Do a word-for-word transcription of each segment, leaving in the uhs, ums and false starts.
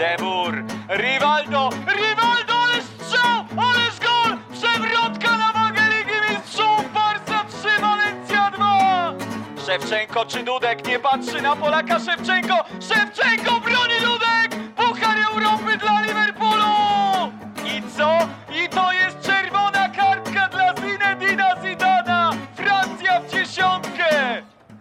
Debur, Rivaldo, Rivaldo, ale strzał, ależ gol! Przewrotka na wagę Ligi Mistrzów, Barca trzy, Walencja dwa! Szewczenko czy Dudek, nie patrzy na Polaka Szewczenko, Szewczenko broni Dudek! Puchar Europy dla Liverpoolu! I co? I to jest czerwona kartka dla Zinedina Zidana! Francja w dziesiątkę!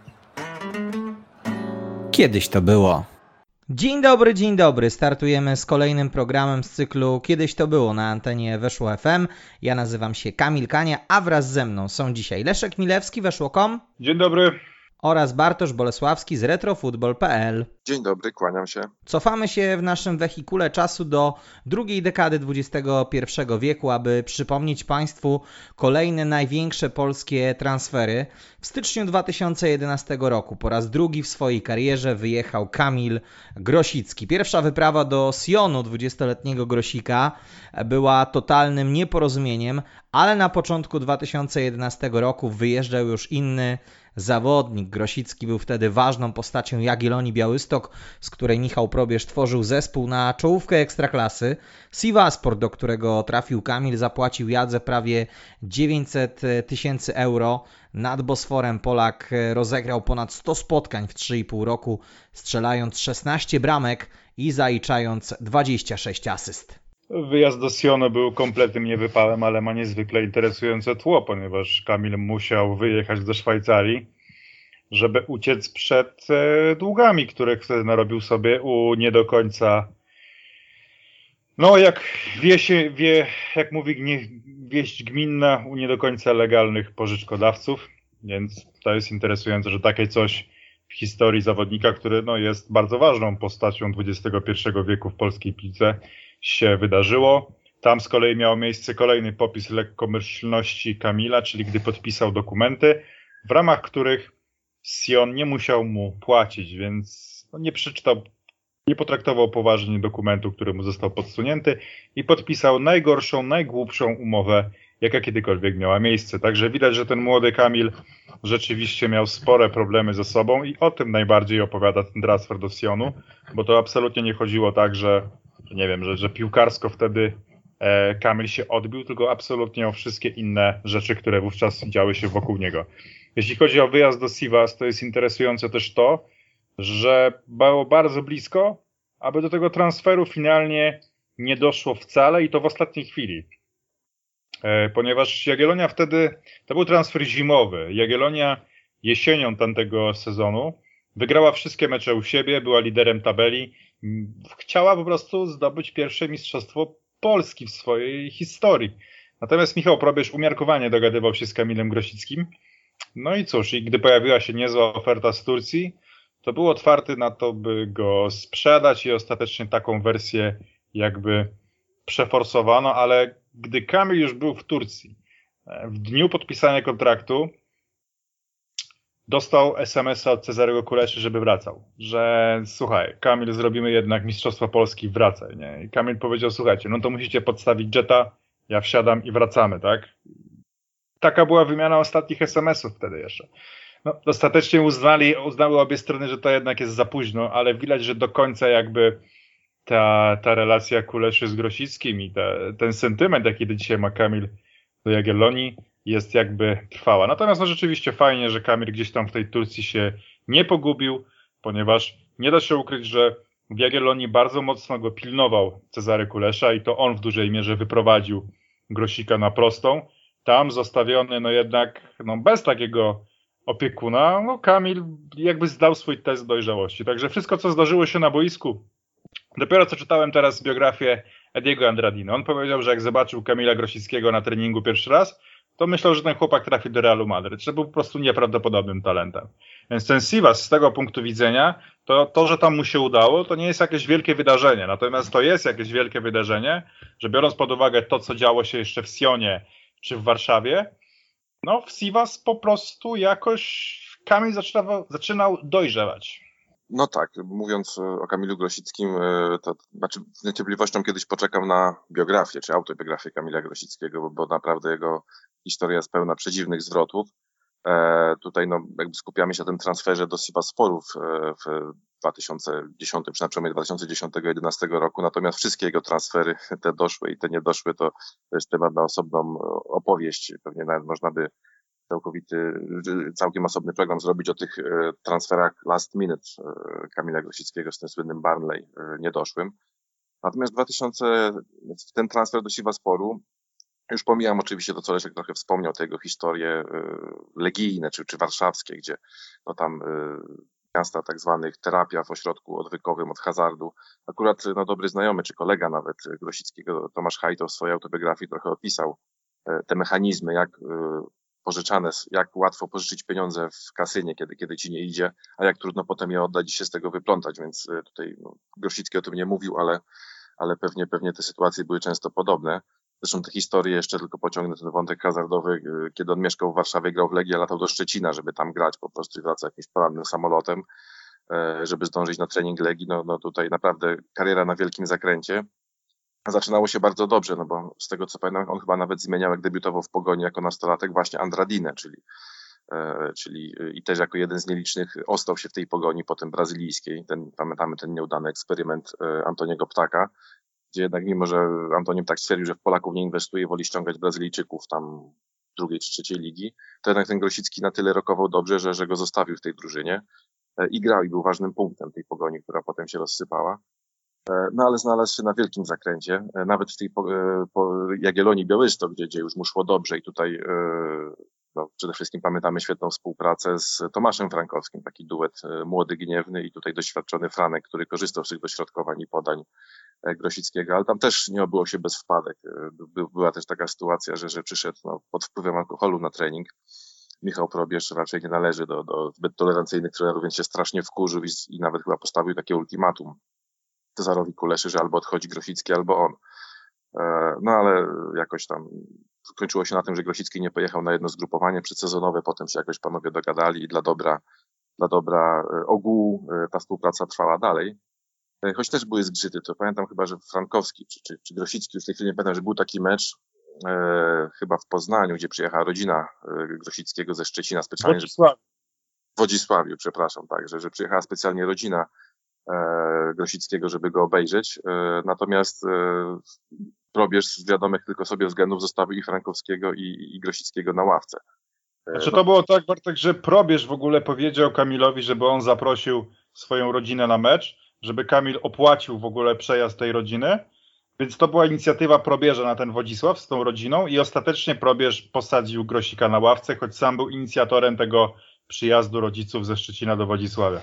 Kiedyś to było. Dzień dobry, dzień dobry. Startujemy z kolejnym programem z cyklu Kiedyś to było na antenie Weszło F M. Ja nazywam się Kamil Kania, a wraz ze mną są dzisiaj Leszek Milewski, weszło kropka com. Dzień dobry. Oraz Bartosz Bolesławski z retrofutbol kropka p l. Dzień dobry, kłaniam się. Cofamy się w naszym wehikule czasu do drugiej dekady dwudziestego pierwszego wieku, aby przypomnieć Państwu kolejne największe polskie transfery. W styczniu dwa tysiące jedenastego roku po raz drugi w swojej karierze wyjechał Kamil Grosicki. Pierwsza wyprawa do Sionu dwudziestoletniego Grosika była totalnym nieporozumieniem, ale na początku dwa tysiące jedenastego roku wyjeżdżał już inny zawodnik. Grosicki był wtedy ważną postacią Jagiellonii Białystok, z której Michał Probierz tworzył zespół na czołówkę Ekstraklasy. Sivaspor, do którego trafił Kamil, zapłacił Jadze prawie dziewięćset tysięcy euro. Nad Bosforem Polak rozegrał ponad sto spotkań w trzy i pół roku, strzelając szesnaście bramek i zaliczając dwadzieścia sześć asyst. Wyjazd do Sionu był kompletnym niewypałem, ale ma niezwykle interesujące tło, ponieważ Kamil musiał wyjechać do Szwajcarii, żeby uciec przed e, długami, które wtedy narobił sobie u nie do końca, no jak wie się, wie, jak mówi nie, wieść gminna, u nie do końca legalnych pożyczkodawców, więc to jest interesujące, że takie coś w historii zawodnika, który no, jest bardzo ważną postacią dwudziestego pierwszego wieku w polskiej piłce, się wydarzyło. Tam z kolei miał miejsce kolejny popis lekkomyślności Kamila, czyli gdy podpisał dokumenty, w ramach których Sion nie musiał mu płacić, więc no nie przeczytał, nie potraktował poważnie dokumentu, który mu został podsunięty i podpisał najgorszą, najgłupszą umowę, jaka kiedykolwiek miała miejsce. Także widać, że ten młody Kamil rzeczywiście miał spore problemy ze sobą i o tym najbardziej opowiada ten transfer do Sionu, bo to absolutnie nie chodziło tak, że nie wiem, że, że piłkarsko wtedy e, Kamil się odbił, tylko absolutnie o wszystkie inne rzeczy, które wówczas działy się wokół niego. Jeśli chodzi o wyjazd do Sivas, to jest interesujące też to, że było bardzo blisko, aby do tego transferu finalnie nie doszło wcale i to w ostatniej chwili. E, ponieważ Jagiellonia wtedy, to był transfer zimowy. Jagiellonia jesienią tamtego sezonu wygrała wszystkie mecze u siebie, była liderem tabeli. Chciała po prostu zdobyć pierwsze mistrzostwo Polski w swojej historii. Natomiast Michał Probierz umiarkowanie dogadywał się z Kamilem Grosickim. No i cóż, i gdy pojawiła się niezła oferta z Turcji, to był otwarty na to, by go sprzedać i ostatecznie taką wersję jakby przeforsowano, ale gdy Kamil już był w Turcji, w dniu podpisania kontraktu dostał es em es a od Cezarego Kuleszy, żeby wracał. Że słuchaj, Kamil, zrobimy jednak Mistrzostwa Polski, wracaj. Nie? I Kamil powiedział, słuchajcie, no to musicie podstawić jeta, ja wsiadam i wracamy, tak? Taka była wymiana ostatnich es em esów wtedy jeszcze. No, ostatecznie uznali, uznały obie strony, że to jednak jest za późno, ale widać, że do końca jakby ta, ta relacja Kuleszy z Grosickim i te, ten sentyment, jaki do dzisiaj ma Kamil do Jagiellonii, jest jakby trwała. Natomiast no rzeczywiście fajnie, że Kamil gdzieś tam w tej Turcji się nie pogubił, ponieważ nie da się ukryć, że w Jagiellonii bardzo mocno go pilnował Cezary Kulesza i to on w dużej mierze wyprowadził Grosika na prostą. Tam zostawiony no jednak no bez takiego opiekuna, no Kamil jakby zdał swój test dojrzałości. Także wszystko, co zdarzyło się na boisku, dopiero co czytałem teraz biografię Ediego Andradino. On powiedział, że jak zobaczył Kamila Grosickiego na treningu pierwszy raz, to myślał, że ten chłopak trafi do Realu Madryt, że był po prostu nieprawdopodobnym talentem. Więc ten Sivas z tego punktu widzenia, to, to, że tam mu się udało, to nie jest jakieś wielkie wydarzenie. Natomiast to jest jakieś wielkie wydarzenie, że biorąc pod uwagę to, co działo się jeszcze w Sionie czy w Warszawie, no w Sivas po prostu jakoś Kamil zaczynał, zaczynał dojrzewać. No tak, mówiąc o Kamilu Grosickim, to znaczy z niecierpliwością kiedyś poczekam na biografię, czy autobiografię Kamila Grosickiego, bo, bo naprawdę jego historia jest pełna przedziwnych zwrotów. E, tutaj no, jakby skupiamy się na tym transferze do Sivassporu w, w dwa tysiące dziesiątym, czy na przełomie dwa tysiące dziesiątego do dwa tysiące jedenastego roku, natomiast wszystkie jego transfery, te doszłe i te nie doszłe, to jest temat na osobną opowieść. Pewnie nawet można by całkowity, całkiem osobny program zrobić o tych transferach last minute Kamila Grosickiego z tym słynnym Barnley niedoszłym. Natomiast dwa tysiące, ten transfer do Sivassporu, już pomijam oczywiście to, co Leszek trochę wspomniał, te jego historie legijne czy, czy warszawskie, gdzie no tam miasta tak zwanych terapia w ośrodku odwykowym od hazardu. Akurat no, dobry znajomy, czy kolega nawet Grosickiego, Tomasz Hajto w swojej autobiografii trochę opisał te mechanizmy, jak pożyczane, jak łatwo pożyczyć pieniądze w kasynie, kiedy, kiedy ci nie idzie, a jak trudno potem je oddać i się z tego wyplątać, więc tutaj no, Grosicki o tym nie mówił, ale, ale pewnie, pewnie te sytuacje były często podobne. Zresztą te historie, jeszcze tylko pociągnę ten wątek hazardowy, kiedy on mieszkał w Warszawie, grał w Legii, a latał do Szczecina, żeby tam grać po prostu i wracał jakimś porannym samolotem, żeby zdążyć na trening Legii. No, no tutaj naprawdę kariera na wielkim zakręcie. Zaczynało się bardzo dobrze, no bo z tego co pamiętam, on chyba nawet zmieniał, jak debiutował w Pogoni jako nastolatek, właśnie Andradinę, czyli, e, czyli i też jako jeden z nielicznych ostał się w tej Pogoni potem brazylijskiej. Ten, pamiętamy ten nieudany eksperyment e, Antoniego Ptaka, gdzie jednak mimo, że Antonim tak stwierdził, że w Polaków nie inwestuje, woli ściągać Brazylijczyków tam drugiej czy trzeciej ligi, to jednak ten Grosicki na tyle rokował dobrze, że, że go zostawił w tej drużynie e, i grał i był ważnym punktem tej Pogoni, która potem się rozsypała. No ale znalazł się na wielkim zakręcie, nawet w tej po, po Jagiellonii Białystok, gdzie, gdzie już mu szło dobrze i tutaj no, przede wszystkim pamiętamy świetną współpracę z Tomaszem Frankowskim, taki duet młody, gniewny i tutaj doświadczony Franek, który korzystał z tych dośrodkowań i podań Grosickiego, ale tam też nie obyło się bez wpadek. By, była też taka sytuacja, że, że przyszedł no, pod wpływem alkoholu na trening. Michał Probierz raczej nie należy do, do zbyt tolerancyjnych trenerów, więc się strasznie wkurzył i, i nawet chyba postawił takie ultimatum Cezarowi Kuleszy, że albo odchodzi Grosicki, albo on. No ale jakoś tam skończyło się na tym, że Grosicki nie pojechał na jedno zgrupowanie przedsezonowe, potem się jakoś panowie dogadali i dla dobra, dla dobra ogółu ta współpraca trwała dalej. Choć też były zgrzyty, to pamiętam chyba, że Frankowski czy, czy, czy Grosicki, już w tej chwili nie pamiętam, że był taki mecz e, chyba w Poznaniu, gdzie przyjechała rodzina Grosickiego ze Szczecina specjalnie. Wodzisławiu. W Wodzisławiu, przepraszam, tak, że, że przyjechała specjalnie rodzina Grosickiego, żeby go obejrzeć. Natomiast Probierz z wiadomych tylko sobie względów zostawił i Frankowskiego i, i Grosickiego na ławce. Znaczy to było tak, Bartek, że Probierz w ogóle powiedział Kamilowi, żeby on zaprosił swoją rodzinę na mecz, żeby Kamil opłacił w ogóle przejazd tej rodziny, więc to była inicjatywa Probierza na ten Wodzisław z tą rodziną i ostatecznie Probierz posadził Grosika na ławce, choć sam był inicjatorem tego przyjazdu rodziców ze Szczecina do Wodzisławia.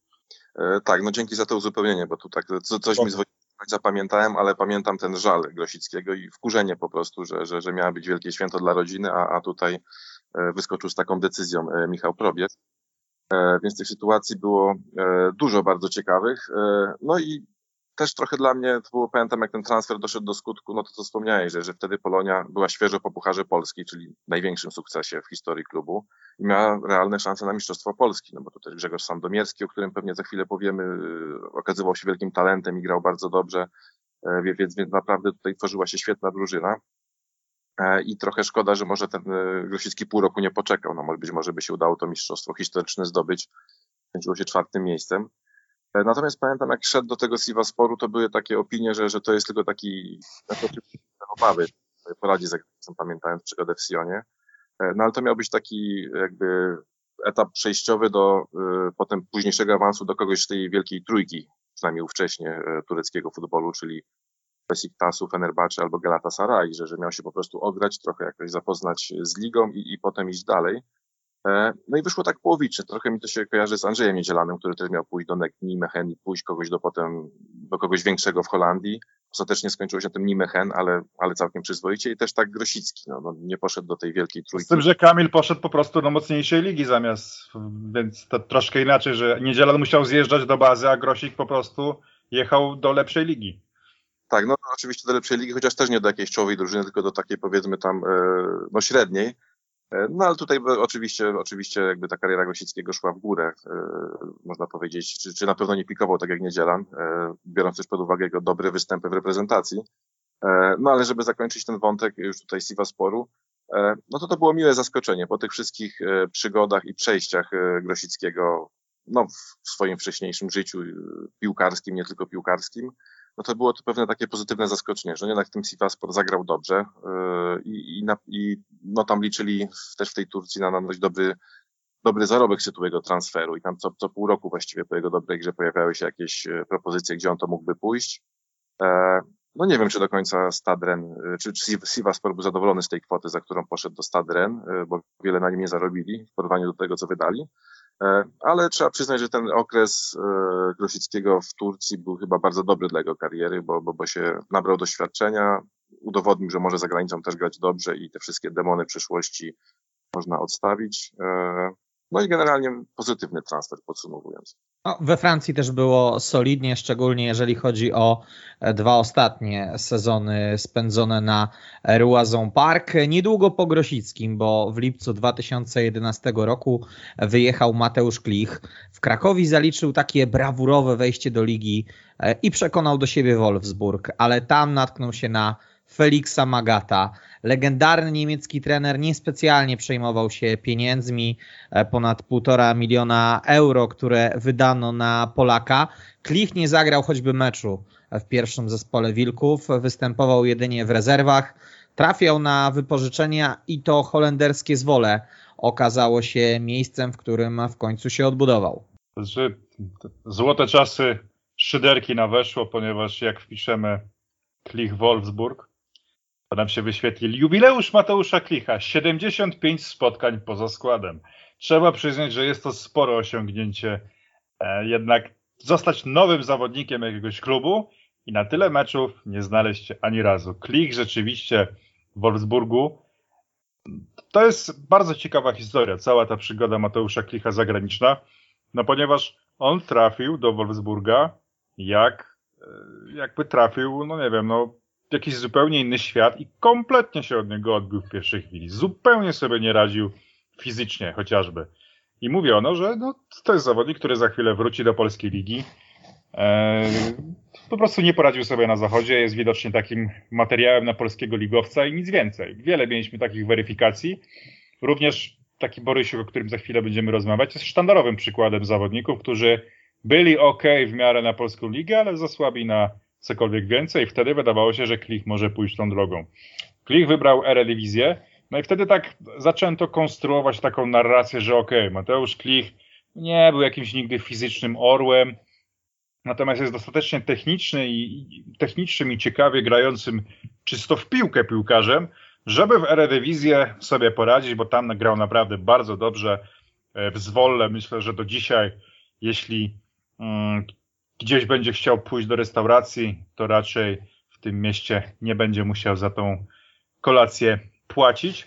Tak, no dzięki za to uzupełnienie, bo tu tak co, coś mi zapamiętałem, ale pamiętam ten żal Grosickiego i wkurzenie po prostu, że, że, że miało być wielkie święto dla rodziny, a, a tutaj wyskoczył z taką decyzją Michał Probierz. Więc tych sytuacji było dużo bardzo ciekawych. No i też trochę dla mnie, to było, pamiętam jak ten transfer doszedł do skutku, no to co wspomniałeś, że, że wtedy Polonia była świeżo po Pucharze Polski, czyli największym sukcesie w historii klubu i miała realne szanse na Mistrzostwo Polski, no bo tu też Grzegorz Sandomierski, o którym pewnie za chwilę powiemy, okazywał się wielkim talentem i grał bardzo dobrze, więc, więc naprawdę tutaj tworzyła się świetna drużyna i trochę szkoda, że może ten Grosicki pół roku nie poczekał, no być może by się udało to mistrzostwo historyczne zdobyć, skończyło się czwartym miejscem. Natomiast pamiętam, jak szedł do tego Sivassporu, to były takie opinie, że, że to jest tylko taki, znaczy obawy, poradzi za granicą, pamiętając przygodę w Sionie. No ale to miał być taki jakby etap przejściowy do y, potem późniejszego awansu do kogoś z tej wielkiej trójki, przynajmniej ówcześnie y, tureckiego futbolu, czyli Besiktasu, Fenerbahce albo Galatasaray, że, że miał się po prostu ograć, trochę jakoś zapoznać z ligą i, i potem iść dalej. No i wyszło tak połowicznie. Trochę mi to się kojarzy z Andrzejem Niedzielanym, który też miał pójść do Nijmegen i pójść kogoś do potem, do kogoś większego w Holandii. Ostatecznie skończyło się na tym Nijmegen, ale, ale całkiem przyzwoicie i też tak Grosicki, no, no nie poszedł do tej wielkiej trójki. Z tym, że Kamil poszedł po prostu do mocniejszej ligi zamiast, więc to troszkę inaczej, że Niedzielan musiał zjeżdżać do bazy, a Grosik po prostu jechał do lepszej ligi. Tak, no oczywiście do lepszej ligi, chociaż też nie do jakiejś czołowej drużyny, tylko do takiej powiedzmy tam no średniej. No ale tutaj oczywiście, oczywiście jakby ta kariera Grosickiego szła w górę, e, można powiedzieć, czy, czy na pewno nie pikował tak jak Niedzielan, e, biorąc też pod uwagę jego dobre występy w reprezentacji. E, no ale żeby zakończyć ten wątek już tutaj Sivassporu, no to to było miłe zaskoczenie po tych wszystkich przygodach i przejściach Grosickiego no, w swoim wcześniejszym życiu piłkarskim, nie tylko piłkarskim. No to było to pewne takie pozytywne zaskoczenie, że jednak tym Sivasspor zagrał dobrze i, i, na, i no tam liczyli też w tej Turcji na, na dość dobry, dobry zarobek z tytułu jego transferu i tam co, co pół roku właściwie po jego dobrej grze pojawiały się jakieś propozycje, gdzie on to mógłby pójść. No nie wiem, czy do końca Stadren, czy, czy Sivasspor był zadowolony z tej kwoty, za którą poszedł do Stadren, bo wiele na nim nie zarobili w porównaniu do tego, co wydali. Ale trzeba przyznać, że ten okres Grosickiego w Turcji był chyba bardzo dobry dla jego kariery, bo, bo, bo się nabrał doświadczenia, udowodnił, że może za granicą też grać dobrze i te wszystkie demony przyszłości można odstawić. No i generalnie pozytywny transfer, podsumowując. No, we Francji też było solidnie, szczególnie jeżeli chodzi o dwa ostatnie sezony spędzone na Roazhon Park. Niedługo po Grosickim, bo w lipcu dwa tysiące jedenastego roku wyjechał Mateusz Klich. W Krakowie zaliczył takie brawurowe wejście do ligi i przekonał do siebie Wolfsburg, ale tam natknął się na Feliksa Magata. Legendarny niemiecki trener niespecjalnie przejmował się pieniędzmi, ponad półtora miliona euro, które wydano na Polaka. Klich nie zagrał choćby meczu w pierwszym zespole Wilków, występował jedynie w rezerwach, trafiał na wypożyczenia i to holenderskie Zwolle okazało się miejscem, w którym w końcu się odbudował. Że złote czasy szyderki na weszło, ponieważ jak wpiszemy Klich Wolfsburg, to nam się wyświetli jubileusz Mateusza Klicha, siedemdziesiąt pięć spotkań poza składem. Trzeba przyznać, że jest to spore osiągnięcie, e, jednak zostać nowym zawodnikiem jakiegoś klubu i na tyle meczów nie znaleźć się ani razu. Klich rzeczywiście w Wolfsburgu, to jest bardzo ciekawa historia, cała ta przygoda Mateusza Klicha zagraniczna, no ponieważ on trafił do Wolfsburga jak e, jakby trafił, no nie wiem, no jakiś zupełnie inny świat i kompletnie się od niego odbił w pierwszej chwili. Zupełnie sobie nie radził fizycznie chociażby. I mówiono, że no, to jest zawodnik, który za chwilę wróci do polskiej ligi. Eee, po prostu nie poradził sobie na zachodzie, jest widocznie takim materiałem na polskiego ligowca i nic więcej. Wiele mieliśmy takich weryfikacji. Również taki Borysiuk, o którym za chwilę będziemy rozmawiać, jest sztandarowym przykładem zawodników, którzy byli ok w miarę na polską ligę, ale za słabi na cokolwiek więcej. Wtedy wydawało się, że Klich może pójść tą drogą. Klich wybrał Eredivisie, no i wtedy tak zaczęto konstruować taką narrację, że okej, okay, Mateusz Klich nie był jakimś nigdy fizycznym orłem, natomiast jest dostatecznie techniczny i, i technicznym i ciekawie grającym czysto w piłkę piłkarzem, żeby w Eredivisie sobie poradzić, bo tam grał naprawdę bardzo dobrze w Zwolle. Myślę, że do dzisiaj, jeśli mm, gdzieś będzie chciał pójść do restauracji, to raczej w tym mieście nie będzie musiał za tą kolację płacić.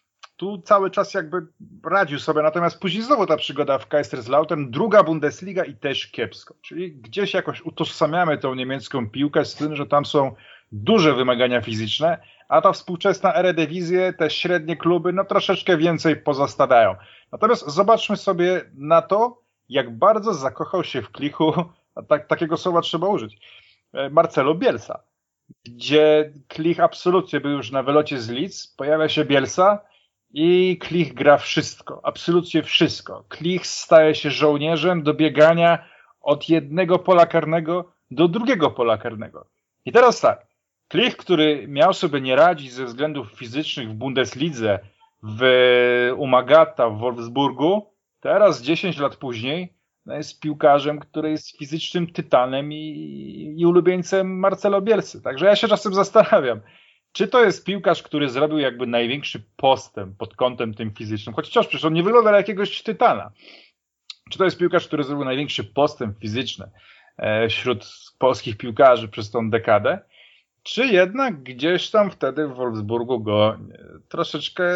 Tu cały czas jakby radził sobie, natomiast później znowu ta przygoda w Kaiserslautern, druga Bundesliga i też kiepsko. Czyli gdzieś jakoś utożsamiamy tą niemiecką piłkę z tym, że tam są duże wymagania fizyczne, a ta współczesna Eredivisie, te średnie kluby, no troszeczkę więcej pozostawiają. Natomiast zobaczmy sobie na to, jak bardzo zakochał się w Klichu, a tak, takiego słowa trzeba użyć, Marcelo Bielsa, gdzie Klich absolutnie był już na wylocie z Leeds, pojawia się Bielsa i Klich gra wszystko, absolutnie wszystko. Klich staje się żołnierzem do biegania od jednego pola karnego do drugiego pola karnego. I teraz tak, Klich, który miał sobie nie radzić ze względów fizycznych w Bundeslidze, w Umagata, w Wolfsburgu, teraz dziesięć lat później no jest piłkarzem, który jest fizycznym tytanem i, i ulubieńcem Marcelo Bielsy. Także ja się czasem zastanawiam, czy to jest piłkarz, który zrobił jakby największy postęp pod kątem tym fizycznym, chociaż przecież on nie wygląda na jakiegoś tytana. Czy to jest piłkarz, który zrobił największy postęp fizyczny e, wśród polskich piłkarzy przez tą dekadę, czy jednak gdzieś tam wtedy w Wolfsburgu go troszeczkę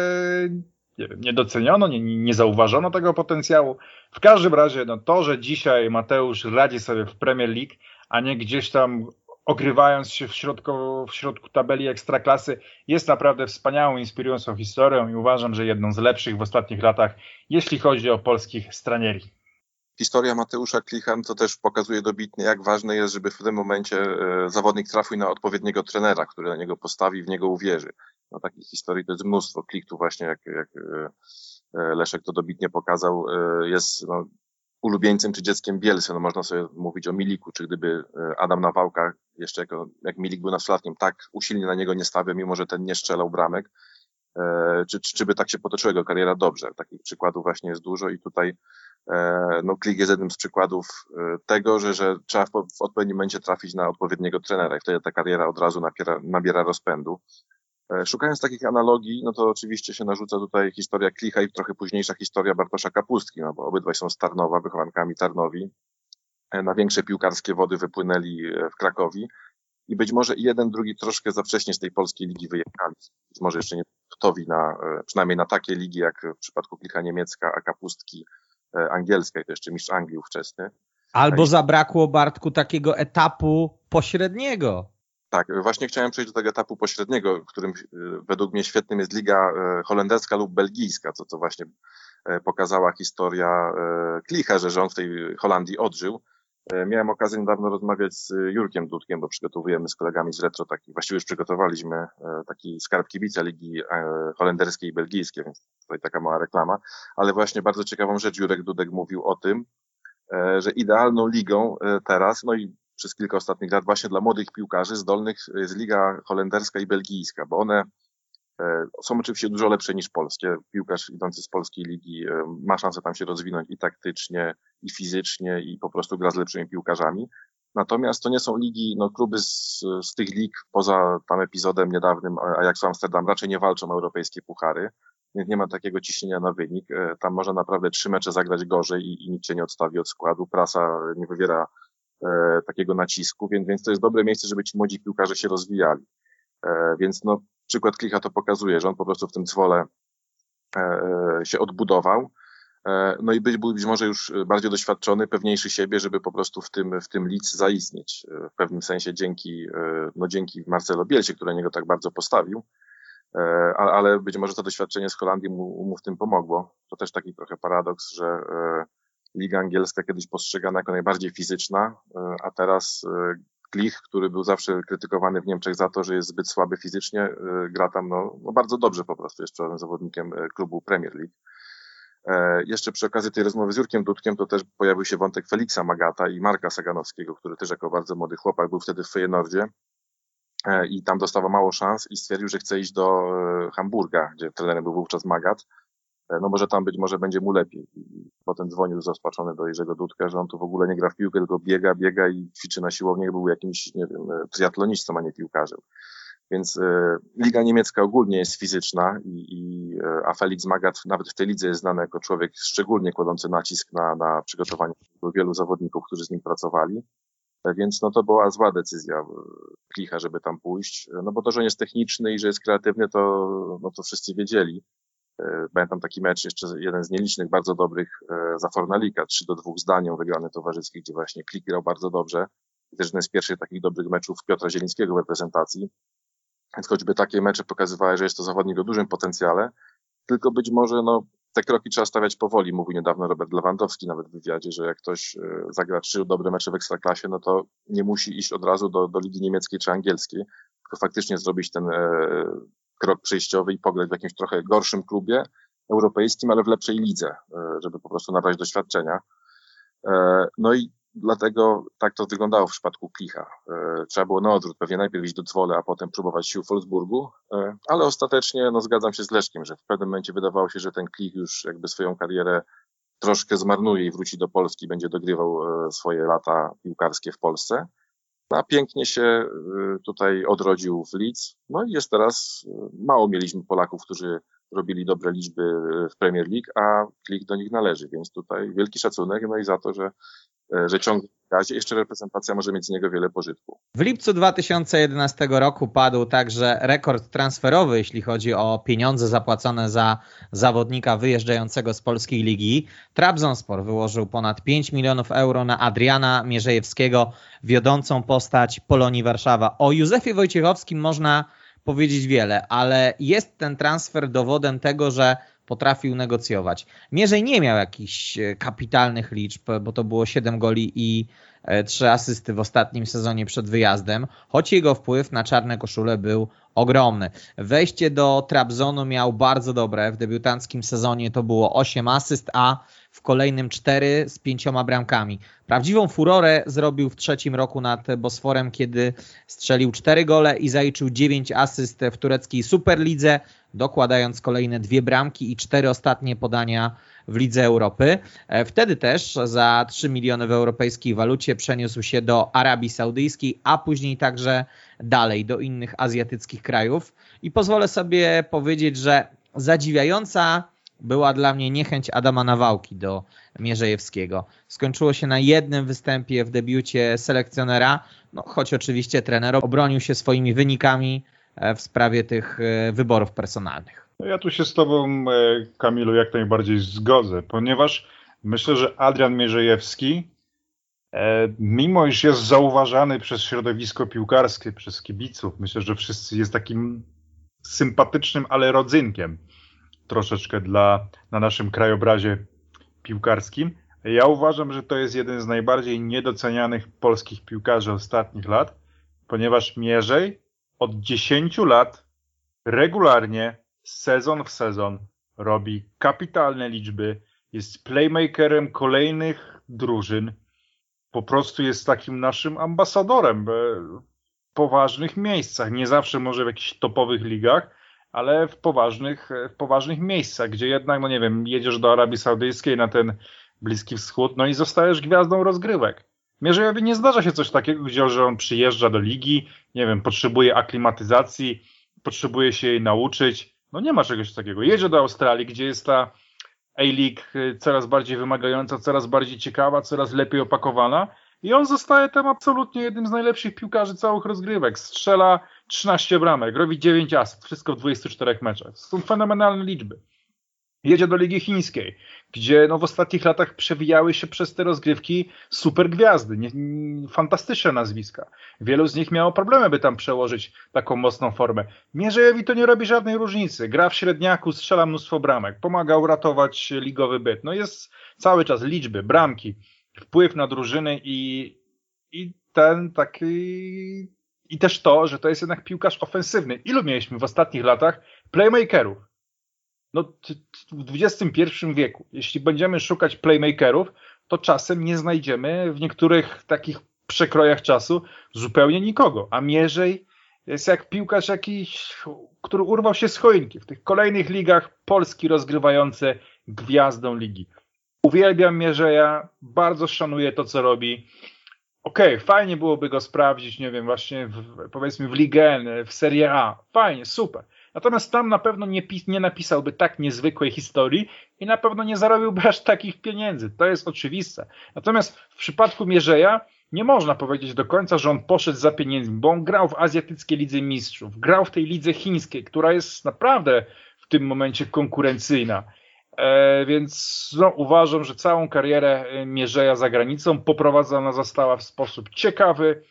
nie wiem, nie doceniono, nie, nie zauważono tego potencjału. W każdym razie no to, że dzisiaj Mateusz radzi sobie w Premier League, a nie gdzieś tam ogrywając się w środku, w środku tabeli Ekstraklasy, jest naprawdę wspaniałą, inspirującą historią i uważam, że jedną z lepszych w ostatnich latach, jeśli chodzi o polskich stranieri. historia Mateusza Klicha to też pokazuje dobitnie, jak ważne jest, żeby w tym momencie zawodnik trafił na odpowiedniego trenera, który na niego postawi, w niego uwierzy. No, takich historii to jest mnóstwo. Klich tu właśnie, jak, jak Leszek to dobitnie pokazał, jest no, ulubieńcem czy dzieckiem Bielsy. No, można sobie mówić o Miliku, czy gdyby Adam Nawałka, jeszcze jako, jak Milik był nastolatkiem, tak usilnie na niego nie stawiał, mimo że ten nie strzelał bramek. Czy, czy, czy by tak się potoczyła jego kariera dobrze. Takich przykładów właśnie jest dużo i tutaj no, Klich jest jednym z przykładów tego, że, że trzeba w, w odpowiednim momencie trafić na odpowiedniego trenera i wtedy ta kariera od razu nabiera, nabiera rozpędu. Szukając takich analogii, no to oczywiście się narzuca tutaj historia Klicha i trochę późniejsza historia Bartosza Kapustki, no bo obydwaj są z Tarnowa, wychowankami Tarnowi. Na większe piłkarskie wody wypłynęli w Krakowi i być może i jeden, drugi troszkę za wcześnie z tej polskiej ligi wyjechali. Być może jeszcze nie gotowi na, przynajmniej na takie ligi jak w przypadku Klicha niemiecka, a Kapustki angielska i to jeszcze mistrz Anglii ówczesny. Albo zabrakło, Bartku, takiego etapu pośredniego. Tak, właśnie chciałem przejść do tego etapu pośredniego, w którym według mnie świetnym jest liga holenderska lub belgijska, co to właśnie pokazała historia Klicha, że, że on w tej Holandii odżył. Miałem okazję niedawno rozmawiać z Jurkiem Dudkiem, bo przygotowujemy z kolegami z Retro taki, właściwie już przygotowaliśmy taki skarb kibica ligi holenderskiej i belgijskiej, więc tutaj taka mała reklama, ale właśnie bardzo ciekawą rzecz Jurek Dudek mówił o tym, że idealną ligą teraz, no i przez kilka ostatnich lat właśnie dla młodych piłkarzy zdolnych jest liga holenderska i belgijska, bo one są oczywiście dużo lepsze niż polskie. Piłkarz idący z polskiej ligi ma szansę tam się rozwinąć i taktycznie, i fizycznie, i po prostu gra z lepszymi piłkarzami. Natomiast to nie są ligi, no kluby z, z tych lig, poza tam epizodem niedawnym Ajaxu Amsterdam, raczej nie walczą o europejskie puchary, więc nie ma takiego ciśnienia na wynik. Tam można naprawdę trzy mecze zagrać gorzej i, i nikt cię nie odstawi od składu. Prasa nie wywiera e, takiego nacisku, więc, więc to jest dobre miejsce, żeby ci młodzi piłkarze się rozwijali. E, więc no, przykład Klicha to pokazuje, że on po prostu w tym Cwole e, się odbudował. E, no i być, był być może już bardziej doświadczony, pewniejszy siebie, żeby po prostu w tym, w tym Leeds zaistnieć. E, w pewnym sensie dzięki, e, no dzięki Marcelo Bielsie, który na niego tak bardzo postawił. E, ale być może to doświadczenie z Holandii mu, mu w tym pomogło. To też taki trochę paradoks, że e, Liga Angielska kiedyś postrzegana jako najbardziej fizyczna, e, a teraz e, Klich, który był zawsze krytykowany w Niemczech za to, że jest zbyt słaby fizycznie, gra tam no, no bardzo dobrze po prostu, jest czołowym zawodnikiem klubu Premier League. E, jeszcze przy okazji tej rozmowy z Jurkiem Dudkiem to też pojawił się wątek Feliksa Magata i Marka Saganowskiego, który też jako bardzo młody chłopak był wtedy w Feyenoordzie e, i tam dostawał mało szans i stwierdził, że chce iść do e, Hamburga, gdzie trenerem był wówczas Magat. No może tam być może będzie mu lepiej. I potem dzwonił zrozpaczony do Jerzego Dudka, że on tu w ogóle nie gra w piłkę, tylko biega, biega i ćwiczy na siłowni, był jakimś, nie wiem, triatlonistą, a nie piłkarzem. Więc e, Liga Niemiecka ogólnie jest fizyczna, i, i, a Felix Magath nawet w tej lidze jest znany jako człowiek szczególnie kładący nacisk na, na przygotowanie wielu zawodników, którzy z nim pracowali. E, więc no to była zła decyzja Klicha, żeby tam pójść. No bo to, że on jest techniczny i że jest kreatywny, to, no to wszyscy wiedzieli. Pamiętam taki mecz, jeszcze jeden z nielicznych, bardzo dobrych za Fornalika, trzy do dwóch z Danią, wygrany towarzyski, gdzie właśnie Klich grał bardzo dobrze. I też jeden z pierwszych takich dobrych meczów Piotra Zielińskiego w reprezentacji. Więc choćby takie mecze pokazywały, że jest to zawodnik o dużym potencjale, tylko być może no, te kroki trzeba stawiać powoli. Mówił niedawno Robert Lewandowski nawet w wywiadzie, że jak ktoś zagra trzy dobre mecze w Ekstraklasie, no to nie musi iść od razu do, do ligi niemieckiej czy angielskiej, tylko faktycznie zrobić ten e, krok przejściowy i pograć w jakimś trochę gorszym klubie europejskim, ale w lepszej lidze, żeby po prostu nabrać doświadczenia. No i dlatego tak to wyglądało w przypadku Klicha. Trzeba było na odwrót, pewnie najpierw iść do Zwolle, a potem próbować sił w Wolfsburgu, ale ostatecznie no, zgadzam się z Leszkiem, że w pewnym momencie wydawało się, że ten Klich już jakby swoją karierę troszkę zmarnuje i wróci do Polski, będzie dogrywał swoje lata piłkarskie w Polsce. A pięknie się tutaj odrodził w Leeds. No i jest teraz, mało mieliśmy Polaków, którzy robili dobre liczby w Premier League, a Klich do nich należy, więc tutaj wielki szacunek, no i za to, że, że ciągle w razie jeszcze reprezentacja może mieć z niego wiele pożytku. W lipcu dwa tysiące jedenastego roku padł także rekord transferowy, jeśli chodzi o pieniądze zapłacone za zawodnika wyjeżdżającego z polskiej ligi. Trabzonspor wyłożył ponad pięć milionów euro na Adriana Mierzejewskiego, wiodącą postać Polonii Warszawa. O Józefie Wojciechowskim można powiedzieć wiele, ale jest ten transfer dowodem tego, że potrafił negocjować. Mierzej nie miał jakichś kapitalnych liczb, bo to było siedem goli i trzy asysty w ostatnim sezonie przed wyjazdem, choć jego wpływ na czarne koszule był ogromny. Wejście do Trabzonu miał bardzo dobre. W debiutanckim sezonie to było osiem asyst, a w kolejnym cztery z pięcioma bramkami. Prawdziwą furorę zrobił w trzecim roku nad Bosforem, kiedy strzelił cztery gole i zaliczył dziewięć asyst w tureckiej Superlidze, dokładając kolejne dwie bramki i cztery ostatnie podania w Lidze Europy. Wtedy też za trzy miliony w europejskiej walucie przeniósł się do Arabii Saudyjskiej, a później także dalej do innych azjatyckich krajów. I pozwolę sobie powiedzieć, że zadziwiająca była dla mnie niechęć Adama Nawałki do Mierzejewskiego. Skończyło się na jednym występie w debiucie selekcjonera, no, choć oczywiście trener obronił się swoimi wynikami w sprawie tych wyborów personalnych. No ja tu się z tobą, Kamilu, jak najbardziej zgodzę, ponieważ myślę, że Adrian Mierzejewski, mimo iż jest zauważany przez środowisko piłkarskie, przez kibiców, myślę, że wszyscy jest takim sympatycznym, ale rodzynkiem troszeczkę dla, na naszym krajobrazie piłkarskim. Ja uważam, że to jest jeden z najbardziej niedocenianych polskich piłkarzy ostatnich lat, ponieważ Mierzej od dziesięciu lat regularnie, sezon w sezon robi kapitalne liczby, jest playmakerem kolejnych drużyn, po prostu jest takim naszym ambasadorem w poważnych miejscach, nie zawsze może w jakichś topowych ligach, ale w poważnych, w poważnych miejscach, gdzie jednak, no nie wiem, jedziesz do Arabii Saudyjskiej na ten Bliski Wschód, no i zostajesz gwiazdą rozgrywek. Mierzejowi nie zdarza się coś takiego, gdzie że on przyjeżdża do ligi, nie wiem, potrzebuje aklimatyzacji, potrzebuje się jej nauczyć. No nie ma czegoś takiego. Jedzie do Australii, gdzie jest ta A-League coraz bardziej wymagająca, coraz bardziej ciekawa, coraz lepiej opakowana i on zostaje tam absolutnie jednym z najlepszych piłkarzy całych rozgrywek. Strzela trzynaście bramek, robi dziewięć asyst, wszystko w dwudziestu czterech meczach. To są fenomenalne liczby. Jedzie do Ligi Chińskiej, gdzie no w ostatnich latach przewijały się przez te rozgrywki super gwiazdy, nie, nie, fantastyczne nazwiska. Wielu z nich miało problemy, by tam przełożyć taką mocną formę. Mierzejowi to nie robi żadnej różnicy. Gra w średniaku, strzela mnóstwo bramek, pomaga uratować ligowy byt. No jest cały czas liczby, bramki, wpływ na drużyny i, i ten taki... I też to, że to jest jednak piłkarz ofensywny. Ilu mieliśmy w ostatnich latach playmakerów? No w dwudziestym pierwszym wieku, jeśli będziemy szukać playmakerów, to czasem nie znajdziemy w niektórych takich przekrojach czasu zupełnie nikogo. A Mierzej jest jak piłkarz jakiś, który urwał się z choinki. W tych kolejnych ligach Polski rozgrywające gwiazdą ligi. Uwielbiam Mierzeja, bardzo szanuję to, co robi. Okej, okay, fajnie byłoby go sprawdzić, nie wiem, właśnie w, powiedzmy w Ligę N, w Serie A. Fajnie, super. Natomiast tam na pewno nie, pis- nie napisałby tak niezwykłej historii i na pewno nie zarobiłby aż takich pieniędzy. To jest oczywiste. Natomiast w przypadku Mierzeja nie można powiedzieć do końca, że on poszedł za pieniędzmi, bo on grał w Azjatyckiej Lidze Mistrzów, grał w tej lidze chińskiej, która jest naprawdę w tym momencie konkurencyjna. E, więc no, uważam, że całą karierę Mierzeja za granicą poprowadzona została w sposób ciekawy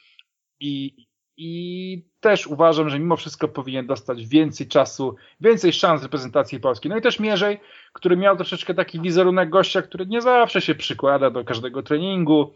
i I też uważam, że mimo wszystko powinien dostać więcej czasu, więcej szans reprezentacji Polski. No i też Mierzej, który miał troszeczkę taki wizerunek gościa, który nie zawsze się przykłada do każdego treningu.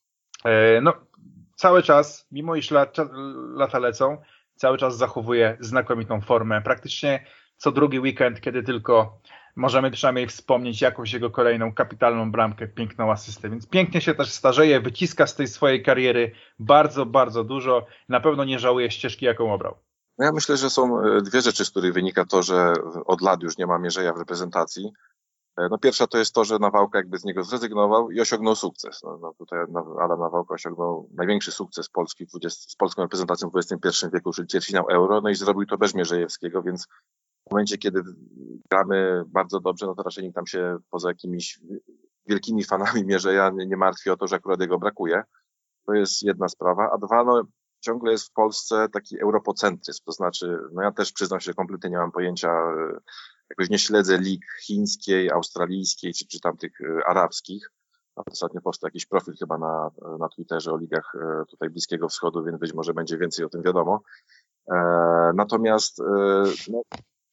No, cały czas, mimo iż lata lecą, cały czas zachowuje znakomitą formę. Praktycznie co drugi weekend, kiedy tylko możemy przynajmniej wspomnieć jakąś jego kolejną kapitalną bramkę, piękną asystę. Więc pięknie się też starzeje, wyciska z tej swojej kariery bardzo, bardzo dużo. Na pewno nie żałuje ścieżki, jaką obrał. No ja myślę, że są dwie rzeczy, z których wynika to, że od lat już nie ma Mierzeja w reprezentacji. No pierwsza to jest to, że Nawałka jakby z niego zrezygnował i osiągnął sukces. No, no tutaj Adam Nawałka osiągnął największy sukces Polski w dwudziestym, z polską reprezentacją w dwudziestym pierwszym wieku, czyli ćwierćfinał Euro, no i zrobił to bez Mierzejewskiego, więc w momencie, kiedy gramy bardzo dobrze, no to raczej nikt tam się poza jakimiś wielkimi fanami Mierzeja nie, nie martwi o to, że akurat jego brakuje. To jest jedna sprawa. A dwa, no ciągle jest w Polsce taki europocentryzm, to znaczy, no ja też przyznam się, że kompletnie nie mam pojęcia, jakoś nie śledzę lig chińskiej, australijskiej, czy, czy tam tych arabskich. Ostatnio powstał jakiś profil chyba na, na Twitterze o ligach tutaj Bliskiego Wschodu, więc być może będzie więcej o tym wiadomo. Natomiast no,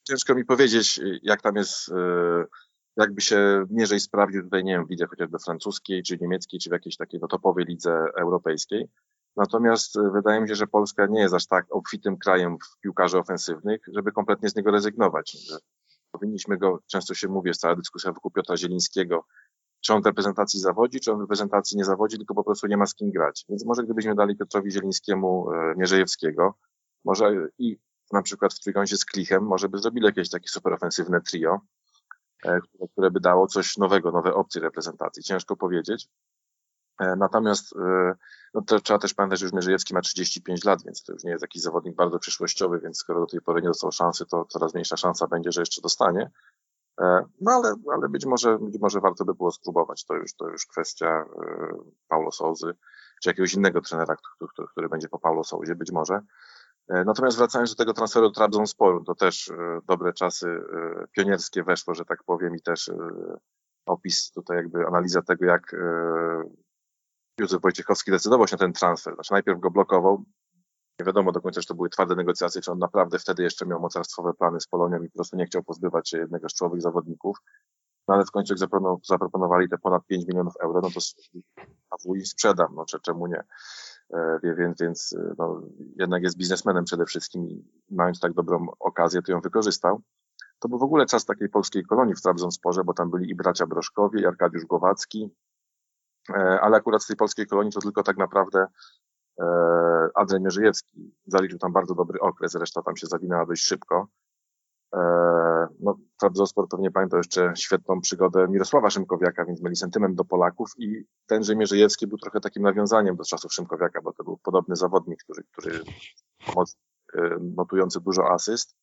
ciężko mi powiedzieć, jak tam jest, jakby się mierzej sprawdził tutaj, nie wiem, w lidze chociażby francuskiej, czy niemieckiej, czy w jakiejś takiej no, topowej lidze europejskiej. Natomiast wydaje mi się, że Polska nie jest aż tak obfitym krajem w piłkarzy ofensywnych, żeby kompletnie z niego rezygnować. Że powinniśmy go, często się mówi, jest cała dyskusja wokół Piotra Zielińskiego, czy on w reprezentacji zawodzi, czy on w reprezentacji nie zawodzi, tylko po prostu nie ma z kim grać. Więc może gdybyśmy dali Piotrowi Zielińskiemu Mierzejewskiego, może i na przykład w trójkącie z Klichem, może by zrobili jakieś takie super ofensywne trio, które, które by dało coś nowego, nowe opcje reprezentacji. Ciężko powiedzieć. Natomiast no to trzeba też pamiętać, że już Mierzejewski ma trzydzieści pięć lat, więc to już nie jest jakiś zawodnik bardzo przyszłościowy, więc skoro do tej pory nie dostał szansy, to coraz mniejsza szansa będzie, że jeszcze dostanie. No ale, ale być może, być może warto by było spróbować. To już, to już kwestia Paulo Souzy, czy jakiegoś innego trenera, który, który, który będzie po Paulo Souzie, być może. Natomiast wracając do tego transferu do Trabzonsporu, to też dobre czasy pionierskie weszło, że tak powiem, i też opis, tutaj jakby analiza tego, jak Józef Wojciechowski decydował się na ten transfer. Znaczy najpierw go blokował, nie wiadomo do końca, czy to były twarde negocjacje, czy on naprawdę wtedy jeszcze miał mocarstwowe plany z Polonią i po prostu nie chciał pozbywać się jednego z czołowych zawodników. No ale w końcu jak zaproponowali te ponad pięć milionów euro, no to A W I sprzedam, no czemu nie? Więc, więc no, jednak jest biznesmenem przede wszystkim i mając tak dobrą okazję, to ją wykorzystał. To był w ogóle czas takiej polskiej kolonii w Trabzonsporze, bo tam byli i bracia Broszkowie, i Arkadiusz Głowacki, ale akurat z tej polskiej kolonii to tylko tak naprawdę Andrzej Mierzejewski zaliczył tam bardzo dobry okres, reszta tam się zawinęła dość szybko. No, Trabzonspor pewnie pamięta jeszcze świetną przygodę Mirosława Szymkowiaka, więc mieli sentyment do Polaków i tenże Mierzejewski był trochę takim nawiązaniem do czasów Szymkowiaka, bo to był podobny zawodnik, który, który notujący dużo asyst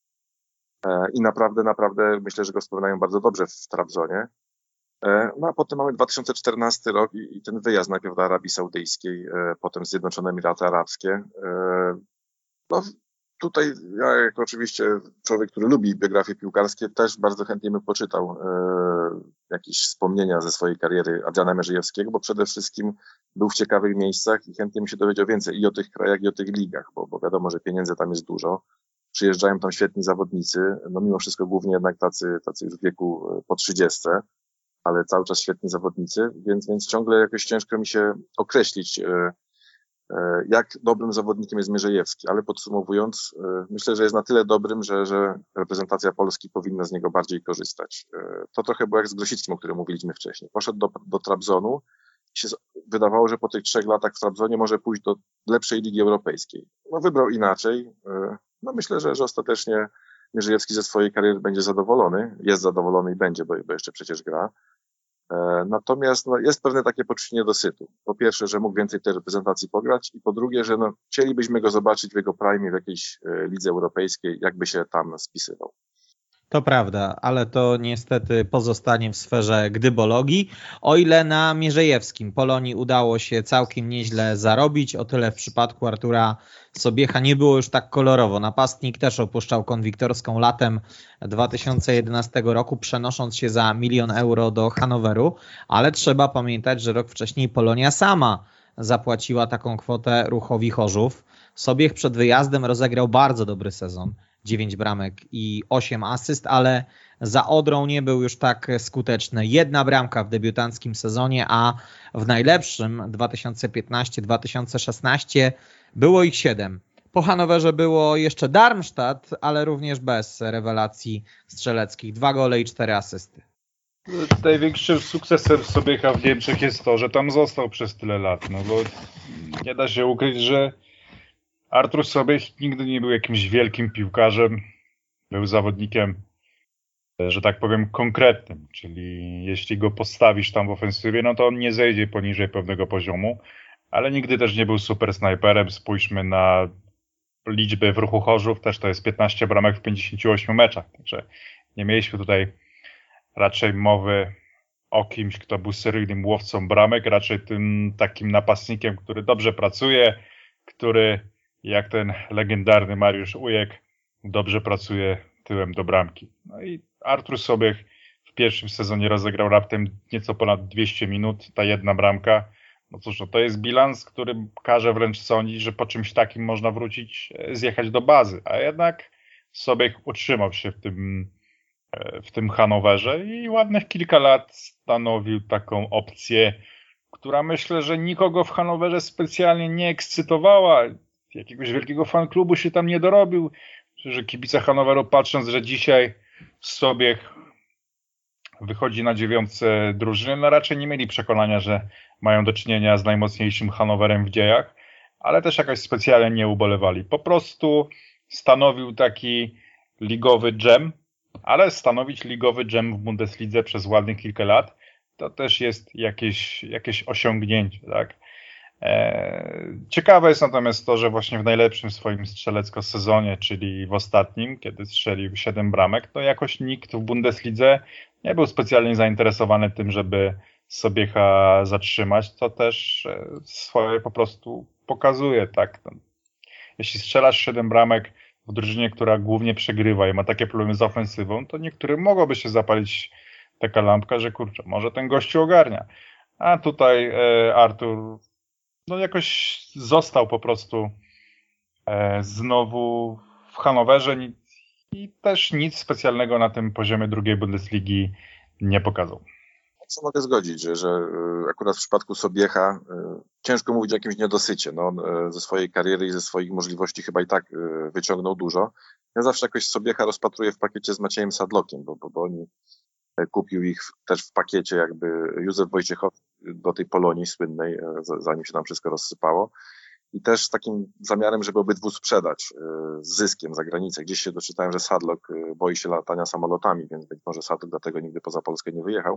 i naprawdę, naprawdę myślę, że go wspominają bardzo dobrze w Trabzonie. No a potem mamy dwa tysiące czternasty rok i, i ten wyjazd najpierw do Arabii Saudyjskiej, potem Zjednoczone Emiraty Arabskie. No, tutaj ja, jako oczywiście człowiek, który lubi biografie piłkarskie, też bardzo chętnie bym poczytał e, jakieś wspomnienia ze swojej kariery Adriana Mierzejewskiego, bo przede wszystkim był w ciekawych miejscach i chętnie bym się dowiedział więcej i o tych krajach, i o tych ligach, bo, bo wiadomo, że pieniędzy tam jest dużo. Przyjeżdżają tam świetni zawodnicy, no mimo wszystko głównie jednak tacy, tacy już w wieku po trzydziestce, ale cały czas świetni zawodnicy, więc, więc ciągle jakoś ciężko mi się określić, e, jak dobrym zawodnikiem jest Mierzejewski, ale podsumowując, myślę, że jest na tyle dobrym, że, że reprezentacja Polski powinna z niego bardziej korzystać. To trochę było jak z Grosickim, o którym mówiliśmy wcześniej. Poszedł do, do Trabzonu i się wydawało, że po tych trzech latach w Trabzonie może pójść do lepszej ligi europejskiej. No, wybrał inaczej. No, myślę, że, że ostatecznie Mierzejewski ze swojej kariery będzie zadowolony. Jest zadowolony i będzie, bo, bo jeszcze przecież gra. Natomiast no, jest pewne takie poczucie niedosytu. Po pierwsze, że mógł więcej w tej reprezentacji pograć i po drugie, że no, chcielibyśmy go zobaczyć w jego prime w jakiejś lidze europejskiej, jakby się tam spisywał. To prawda, ale to niestety pozostanie w sferze gdybologii. O ile na Mierzejewskim Polonii udało się całkiem nieźle zarobić, o tyle w przypadku Artura Sobiecha nie było już tak kolorowo. Napastnik też opuszczał konwiktorską latem dwa tysiące jedenastego roku, przenosząc się za milion euro do Hanoweru, ale trzeba pamiętać, że rok wcześniej Polonia sama zapłaciła taką kwotę Ruchowi Chorzów. Sobiech przed wyjazdem rozegrał bardzo dobry sezon. dziewięć bramek i osiem asyst, ale za Odrą nie był już tak skuteczny. Jedna bramka w debiutanckim sezonie, a w najlepszym dwa tysiące piętnasty dwa tysiące szesnasty było ich siedem. Po Hanowerze było jeszcze Darmstadt, ale również bez rewelacji strzeleckich. Dwa gole i cztery asysty. Największym sukcesem Sobiecha w Niemczech jest to, że tam został przez tyle lat. No bo nie da się ukryć, że Artur Sobiech nigdy nie był jakimś wielkim piłkarzem. Był zawodnikiem, że tak powiem, konkretnym. Czyli jeśli go postawisz tam w ofensywie, no to on nie zejdzie poniżej pewnego poziomu. Ale nigdy też nie był super snajperem. Spójrzmy na liczby w Ruchu Chorzów. Też to jest piętnaście bramek w pięćdziesięciu ośmiu meczach. Także nie mieliśmy tutaj raczej mowy o kimś, kto był seryjnym łowcą bramek. Raczej tym takim napastnikiem, który dobrze pracuje, który jak ten legendarny Mariusz Ujek dobrze pracuje tyłem do bramki. No i Artur Sobiech w pierwszym sezonie rozegrał raptem nieco ponad dwieście minut, ta jedna bramka. No cóż, no to jest bilans, który każe wręcz sądzić, że po czymś takim można wrócić, zjechać do bazy. A jednak Sobiech utrzymał się w tym, w tym Hanowerze i ładnych kilka lat stanowił taką opcję, która myślę, że nikogo w Hanowerze specjalnie nie ekscytowała. Jakiegoś wielkiego fanklubu się tam nie dorobił, że kibice Hanoweru, patrząc, że dzisiaj Sobiech wychodzi na dziewiątce drużyny, no raczej nie mieli przekonania, że mają do czynienia z najmocniejszym Hanowerem w dziejach, ale też jakoś specjalnie nie ubolewali. Po prostu stanowił taki ligowy dżem, ale stanowić ligowy dżem w Bundeslidze przez ładnych kilka lat to też jest jakieś, jakieś osiągnięcie, tak? Ciekawe jest natomiast to, że właśnie w najlepszym swoim strzelecko sezonie, czyli w ostatnim, kiedy strzelił siedem bramek, to jakoś nikt w Bundeslidze nie był specjalnie zainteresowany tym, żeby Sobiecha zatrzymać, co też swoje po prostu pokazuje, tak? Jeśli strzelasz siedem bramek w drużynie, która głównie przegrywa i ma takie problemy z ofensywą, to niektórym mogłoby się zapalić taka lampka, że kurczę, może ten gościu ogarnia. A tutaj e, Artur no jakoś został po prostu e, znowu w Hanowerze i, i też nic specjalnego na tym poziomie drugiej Bundesligi nie pokazał. Co mogę zgodzić, że, że akurat w przypadku Sobiecha ciężko mówić o jakimś niedosycie. No, on ze swojej kariery i ze swoich możliwości chyba i tak wyciągnął dużo. Ja zawsze jakoś Sobiecha rozpatruję w pakiecie z Maciejem Sadlokiem, bo, bo, bo oni kupił ich też w pakiecie jakby Józef Wojciechowski do tej Polonii słynnej, zanim się tam wszystko rozsypało. I też z takim zamiarem, żeby obydwu sprzedać z zyskiem za granicę. Gdzieś się doczytałem, że Sadlok boi się latania samolotami, więc być może Sadlok dlatego nigdy poza Polskę nie wyjechał.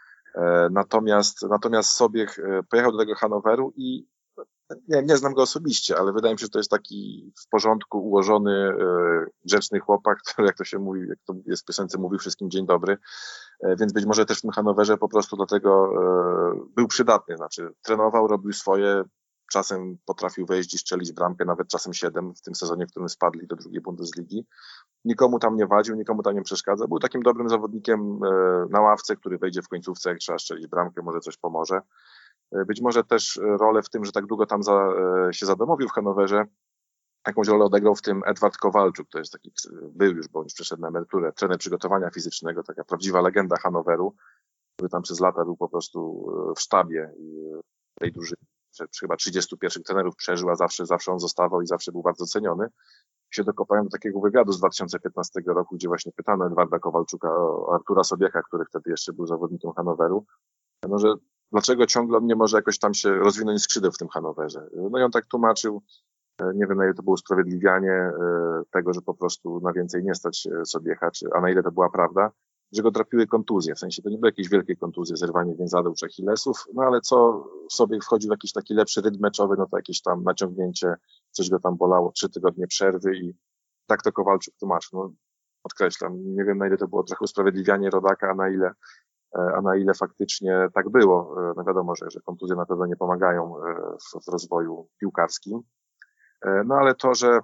Natomiast, natomiast Sobiech pojechał do tego Hanoweru i nie, nie znam go osobiście, ale wydaje mi się, że to jest taki w porządku ułożony, grzeczny chłopak, który, jak to się mówi, jak to jest w piosence, mówi wszystkim dzień dobry, więc być może też w tym Hanowerze po prostu dlatego był przydatny, znaczy trenował, robił swoje, czasem potrafił wejść i strzelić bramkę, nawet czasem siedem w tym sezonie, w którym spadli do drugiej Bundesligi. Nikomu tam nie wadził, nikomu tam nie przeszkadzał. Był takim dobrym zawodnikiem na ławce, który wejdzie w końcówce, jak trzeba strzelić bramkę, może coś pomoże. Być może też rolę w tym, że tak długo tam za, się zadomowił w Hanowerze, jakąś rolę odegrał w tym Edward Kowalczuk, to jest taki, był już, bo już przeszedł na emeryturę, trener przygotowania fizycznego, taka prawdziwa legenda Hanoweru, który tam przez lata był po prostu w sztabie tej drużyny. Chyba trzydziestu pierwszych trenerów przeżył, a zawsze, zawsze on zostawał i zawsze był bardzo ceniony. Się dokopałem do takiego wywiadu z dwa tysiące piętnastego roku, gdzie właśnie pytano Edwarda Kowalczuka o Artura Sobiecha, który wtedy jeszcze był zawodnikiem Hanoweru, no, że dlaczego ciągle on nie może jakoś tam się rozwinąć skrzydeł w tym Hanowerze. No i on tak tłumaczył, nie wiem na ile to było usprawiedliwianie tego, że po prostu na więcej nie stać Sobiecha, czy, a na ile to była prawda, że go trapiły kontuzje, w sensie to nie były jakieś wielkie kontuzje, zerwanie więzadeł czy achillesów, no ale co sobie wchodził w jakiś taki lepszy rytm meczowy, no to jakieś tam naciągnięcie, coś go tam bolało, trzy tygodnie przerwy i tak to Kowalczuk tłumaczył. No, podkreślam, nie wiem na ile to było trochę usprawiedliwianie rodaka, a na ile, a na ile faktycznie tak było. No wiadomo, że, że kontuzje na pewno nie pomagają w, w rozwoju piłkarskim, no ale to, że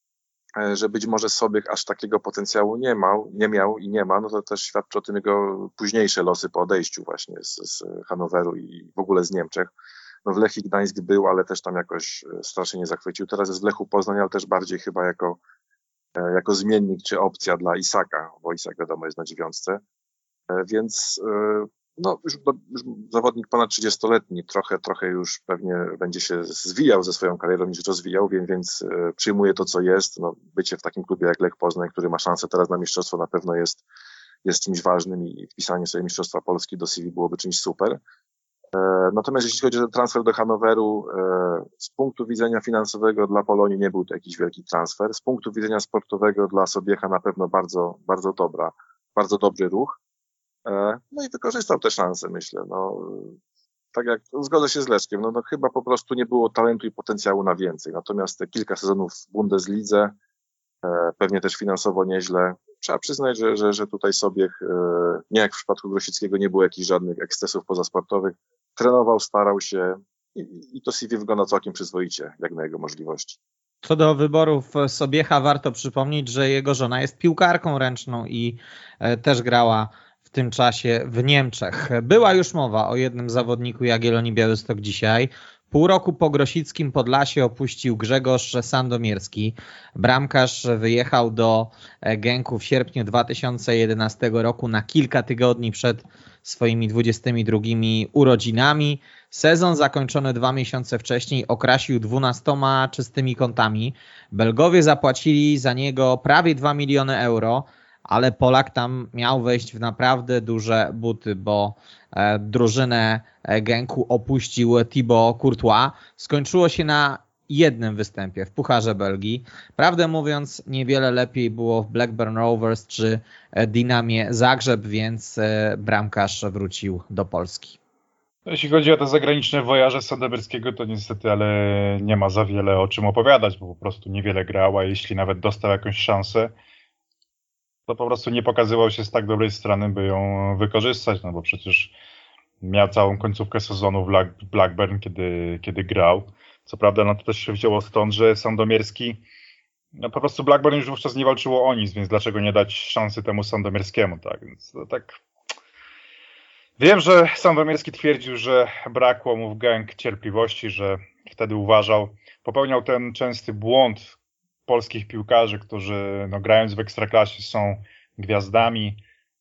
że być może Sobiech aż takiego potencjału nie miał, nie miał i nie ma, no to też świadczy o tym jego późniejsze losy po odejściu właśnie z, z Hanoweru i w ogóle z Niemczech. No w Lechii Gdańsk był, ale też tam jakoś strasznie nie zachwycił. Teraz jest w Lechu Poznań, ale też bardziej chyba jako, jako zmiennik czy opcja dla Isaka, bo Isak wiadomo jest na dziewiątce. Więc no już, już zawodnik ponad trzydziestoletni, trochę, trochę już pewnie będzie się zwijał ze swoją karierą niż rozwijał, więc, więc przyjmuje to, co jest. No, bycie w takim klubie jak Lech Poznań, który ma szansę teraz na mistrzostwo, na pewno jest, jest czymś ważnym i wpisanie sobie Mistrzostwa Polski do C V byłoby czymś super. Natomiast jeśli chodzi o ten transfer do Hanoweru, z punktu widzenia finansowego dla Polonii nie był to jakiś wielki transfer. Z punktu widzenia sportowego dla Sobiecha na pewno bardzo, bardzo dobra, bardzo dobry ruch. No i wykorzystał te szanse, myślę. No, tak jak zgodzę się z Leszkiem, no, no chyba po prostu nie było talentu i potencjału na więcej. Natomiast te kilka sezonów w Bundeslidze, pewnie też finansowo nieźle. Trzeba przyznać, że, że, że tutaj Sobiech, nie jak w przypadku Grosickiego, nie było jakichś żadnych ekscesów pozasportowych. Trenował, starał się i, i to C V wygląda całkiem przyzwoicie, jak na jego możliwości. Co do wyborów Sobiecha, warto przypomnieć, że jego żona jest piłkarką ręczną i też grała w tym czasie w Niemczech. Była już mowa o jednym zawodniku Jagiellonii Białystok dzisiaj. Pół roku po Grosickim Podlasie opuścił Grzegorz Sandomierski. Bramkarz wyjechał do Genku w sierpniu dwa tysiące jedenastego roku na kilka tygodni przed swoimi dwudziestymi drugimi urodzinami. Sezon zakończony dwa miesiące wcześniej okrasił dwunastoma czystymi kątami. Belgowie zapłacili za niego prawie dwa miliony euro, ale Polak tam miał wejść w naprawdę duże buty, bo drużynę Genku opuścił Thibaut Courtois. Skończyło się na jednym występie w Pucharze Belgii. Prawdę mówiąc, niewiele lepiej było w Blackburn Rovers czy Dinamie Zagrzeb, więc bramkarz wrócił do Polski. Jeśli chodzi o te zagraniczne wojaże Sandomierskiego, to niestety, ale nie ma za wiele o czym opowiadać, bo po prostu niewiele grał, a jeśli nawet dostał jakąś szansę, to po prostu nie pokazywał się z tak dobrej strony, by ją wykorzystać, no bo przecież miał całą końcówkę sezonu w Blackburn, kiedy, kiedy grał. Co prawda, no to też się wzięło stąd, że Sandomierski, no po prostu Blackburn już wówczas nie walczyło o nic, więc dlaczego nie dać szansy temu Sandomierskiemu, tak? Więc to tak... Wiem, że Sandomierski twierdził, że brakło mu w Genk cierpliwości, że wtedy uważał, popełniał ten częsty błąd polskich piłkarzy, którzy no, grając w Ekstraklasie są gwiazdami,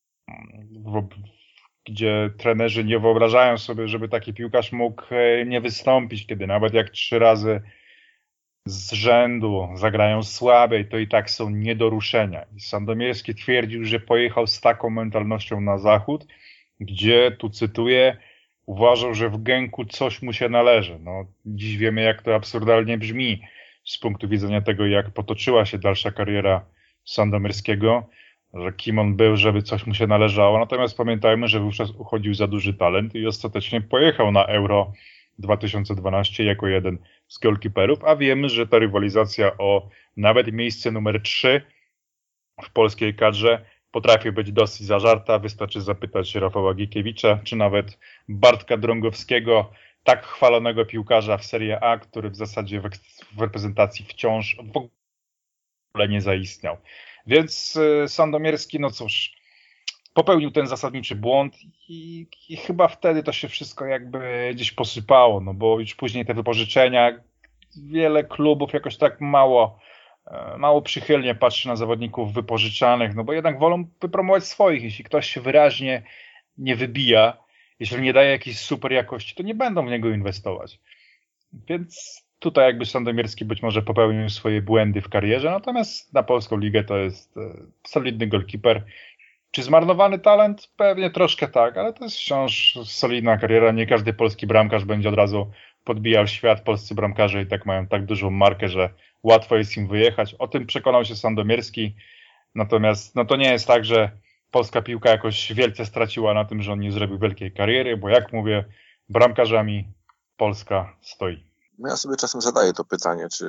w, gdzie trenerzy nie wyobrażają sobie, żeby taki piłkarz mógł nie wystąpić, kiedy nawet jak trzy razy z rzędu zagrają słabiej, to i tak są nie do ruszenia. I Sandomierski twierdził, że pojechał z taką mentalnością na zachód, gdzie, tu cytuję, uważał, że w Genku coś mu się należy. No, dziś wiemy, jak to absurdalnie brzmi z punktu widzenia tego, jak potoczyła się dalsza kariera Sandomierskiego, że kim on był, żeby coś mu się należało. Natomiast pamiętajmy, że wówczas uchodził za duży talent i ostatecznie pojechał na Euro dwa tysiące dwanaście jako jeden z golkiperów, a wiemy, że ta rywalizacja o nawet miejsce numer trzy w polskiej kadrze potrafi być dosyć zażarta. Wystarczy zapytać Rafała Gikiewicza, czy nawet Bartka Drągowskiego, tak chwalonego piłkarza w Serie A, który w zasadzie w, w reprezentacji wciąż w ogóle nie zaistniał. Więc y, Sandomierski, no cóż, popełnił ten zasadniczy błąd i, i chyba wtedy to się wszystko jakby gdzieś posypało, no bo już później te wypożyczenia, wiele klubów jakoś tak mało, mało przychylnie patrzy na zawodników wypożyczanych, no bo jednak wolą wypromować swoich. Jeśli ktoś się wyraźnie nie wybija, jeśli nie daje jakiejś super jakości, to nie będą w niego inwestować. Więc tutaj jakby Sandomierski być może popełnił swoje błędy w karierze, natomiast na polską ligę to jest solidny golkiper. Czy zmarnowany talent? Pewnie troszkę tak, ale to jest wciąż solidna kariera. Nie każdy polski bramkarz będzie od razu podbijał świat. Polscy bramkarze i tak mają tak dużą markę, że łatwo jest im wyjechać. O tym przekonał się Sandomierski. Natomiast no to nie jest tak, że polska piłka jakoś wielce straciła na tym, że on nie zrobił wielkiej kariery, bo jak mówię, bramkarzami Polska stoi. No ja sobie czasem zadaję to pytanie, czy